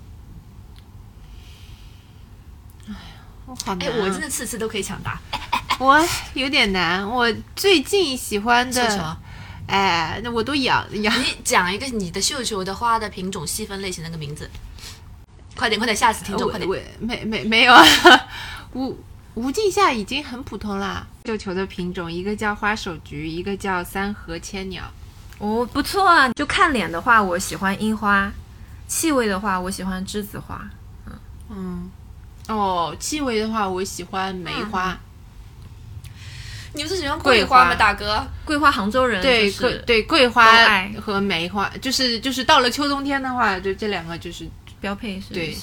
哎呀，我好难、啊。 哎，我真的次次都可以抢答。哎哎哎我有点难。我最近喜欢的， 绣球， 哎，那我都养养。 你讲一个你的绣球的花的品种、细分类型那个名字，快点快点，吓死听众，快点！ 我没没没有啊，无无尽夏已经很普通啦。绣球的品种，一个叫花手菊，一个叫三合千鸟。 哦，不错啊。就看脸的话，我喜欢樱花；气味的话，我喜欢栀子花。 嗯，哦，气味的话，我喜欢梅花。 你不是喜欢桂花吗， 花大哥？ 桂花杭州人对， 就是桂对桂都花爱和梅花，就是就是到了秋冬天的话，就这两个就是标配，是不对是？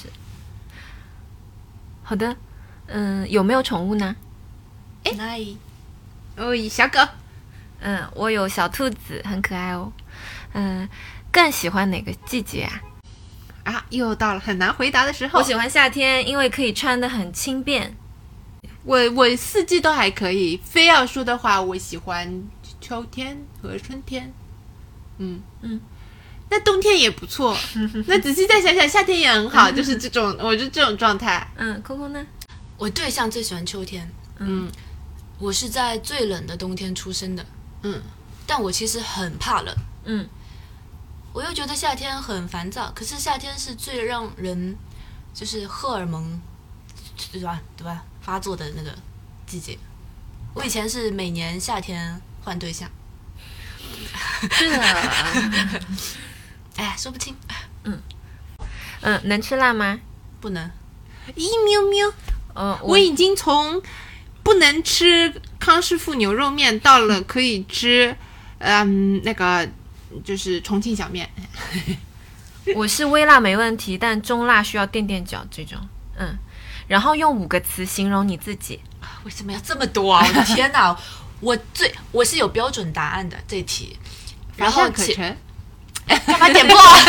好的，嗯，有没有宠物呢？ 哎， 哦，小狗。 嗯，我有小兔子，很可爱哦。嗯，更喜欢哪个季节啊？ 啊，又到了很难回答的时候。 我喜欢夏天，因为可以穿得很轻便。 我我四季都还可以，非要说的话，我喜欢秋天和春天。嗯嗯， 那冬天也不错。那仔细再想想，夏天也很好，就是这种，我就这种状态。 嗯，Coco 呢？ 我对象最喜欢秋天。 嗯我是在最冷的冬天出生的， 嗯但我其实很怕冷。 嗯， 我又觉得夏天很烦躁，可是夏天是最让人就是荷尔蒙对吧对吧发作的那个季节。我以前是每年夏天换对象， 是的。 哎，说不清， 嗯，能吃辣吗？ 不能。 一喵喵， 呃， 我已经从不能吃康师傅牛肉面到了可以吃，嗯，那个就是重庆小面。 我是微辣没问题，但中辣需要垫垫脚这种。嗯，然后用五个词形容你自己。 为什么要这么多啊？我的天哪！我最我是有标准答案的这一题，然后其乏善可陈。 干嘛点破啊？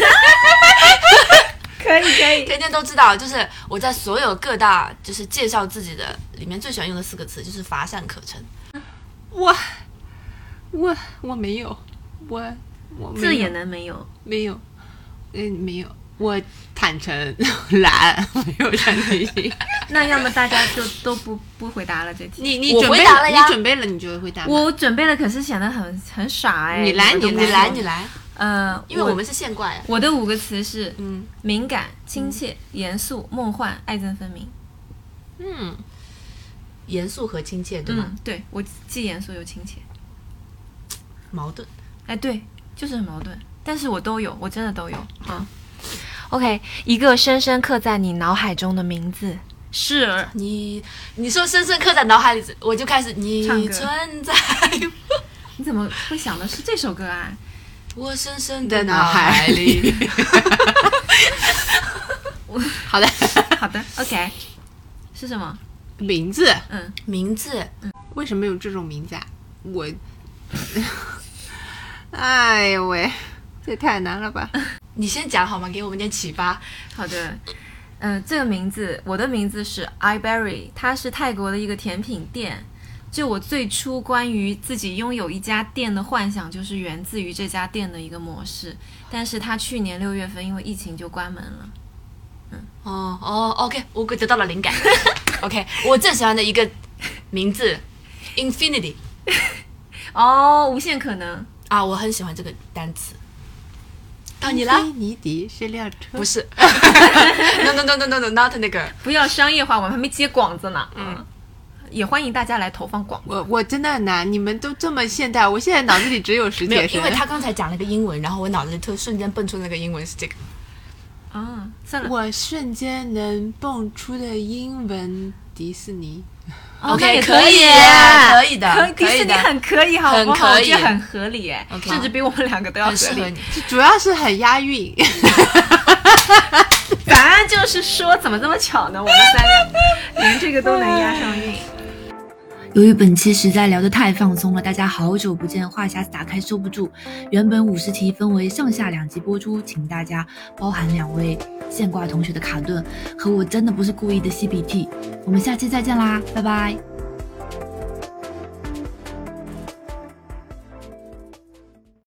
可以可以。 天天都知道，就是我在所有各大就是介绍自己的里面最喜欢用的四个词就是乏善可陈。 我我我没有，我我没有这也能没有？ 没有，嗯，没有。我坦诚懒，没有上进心。 那要么大家就都不不回答了这题。 我你你准备回答了呀你准备了，你就会回答吗。 我准备了，可是显得很很傻哎。 你来们都你你不说来你来， 呃， 因为我们是现挂呀。 我的五个词是嗯， 敏感、亲切、严肃、梦幻、爱憎分明。 嗯， 严肃和亲切，对吗？ 嗯，对，我既严肃又亲切。 矛盾。 哎，对，就是很矛盾，但是我都有，我真的都有。嗯，OK，一个深深刻在你脑海中的名字是你你说深深刻在脑海里，我就开始你唱歌存在你怎么会想的是这首歌啊？ 我深深的脑海里。 好的。 好的，OK，是什么？ 名字嗯， 名字为什么有这种名字啊？我，哎呦喂，这太难了吧？ 你先讲好吗？给我们点启发。 好的。嗯、这个名字，我的名字是 iBerry， 它是泰国的一个甜品店。就我最初关于自己拥有一家店的幻想，就是源自于这家店的一个模式。但是它去年六月份因为疫情就关门了。 哦哦 ，OK，我得到了灵感。OK，我最喜欢的一个名字 ，Infinity 哦，无限可能。 啊，我很喜欢这个单词。到你了？ 尼迪是辆车？ 不是，no no no no no no，not 那个。 不要商业化，我们还没接广子呢。嗯，也欢迎大家来投放广子。 我我真的很难，你们都这么现代，我现在脑子里只有史没有， 铁生。 因为他刚才讲了个英文，然后我脑子里突瞬间蹦出那个英文是这个。 啊，算了。 我瞬间能蹦出的英文，迪士尼。 哦 OK， 那也可以耶可以的可迪可以的士尼很可以，好不好？ 很可以我觉得很合理哎 OK 甚至比我们两个都要合理。 很适合你。 主要是很押韵。 咱就是说，怎么这么巧呢？我们三个连这个都能押上韵。 由于本期实在聊得太放松了，大家好久不见，话匣子打开收不住。原本五十题分为上下两集播出，请大家包含两位现挂同学的卡顿和我真的不是故意的吸鼻涕。我们下期再见啦，拜拜。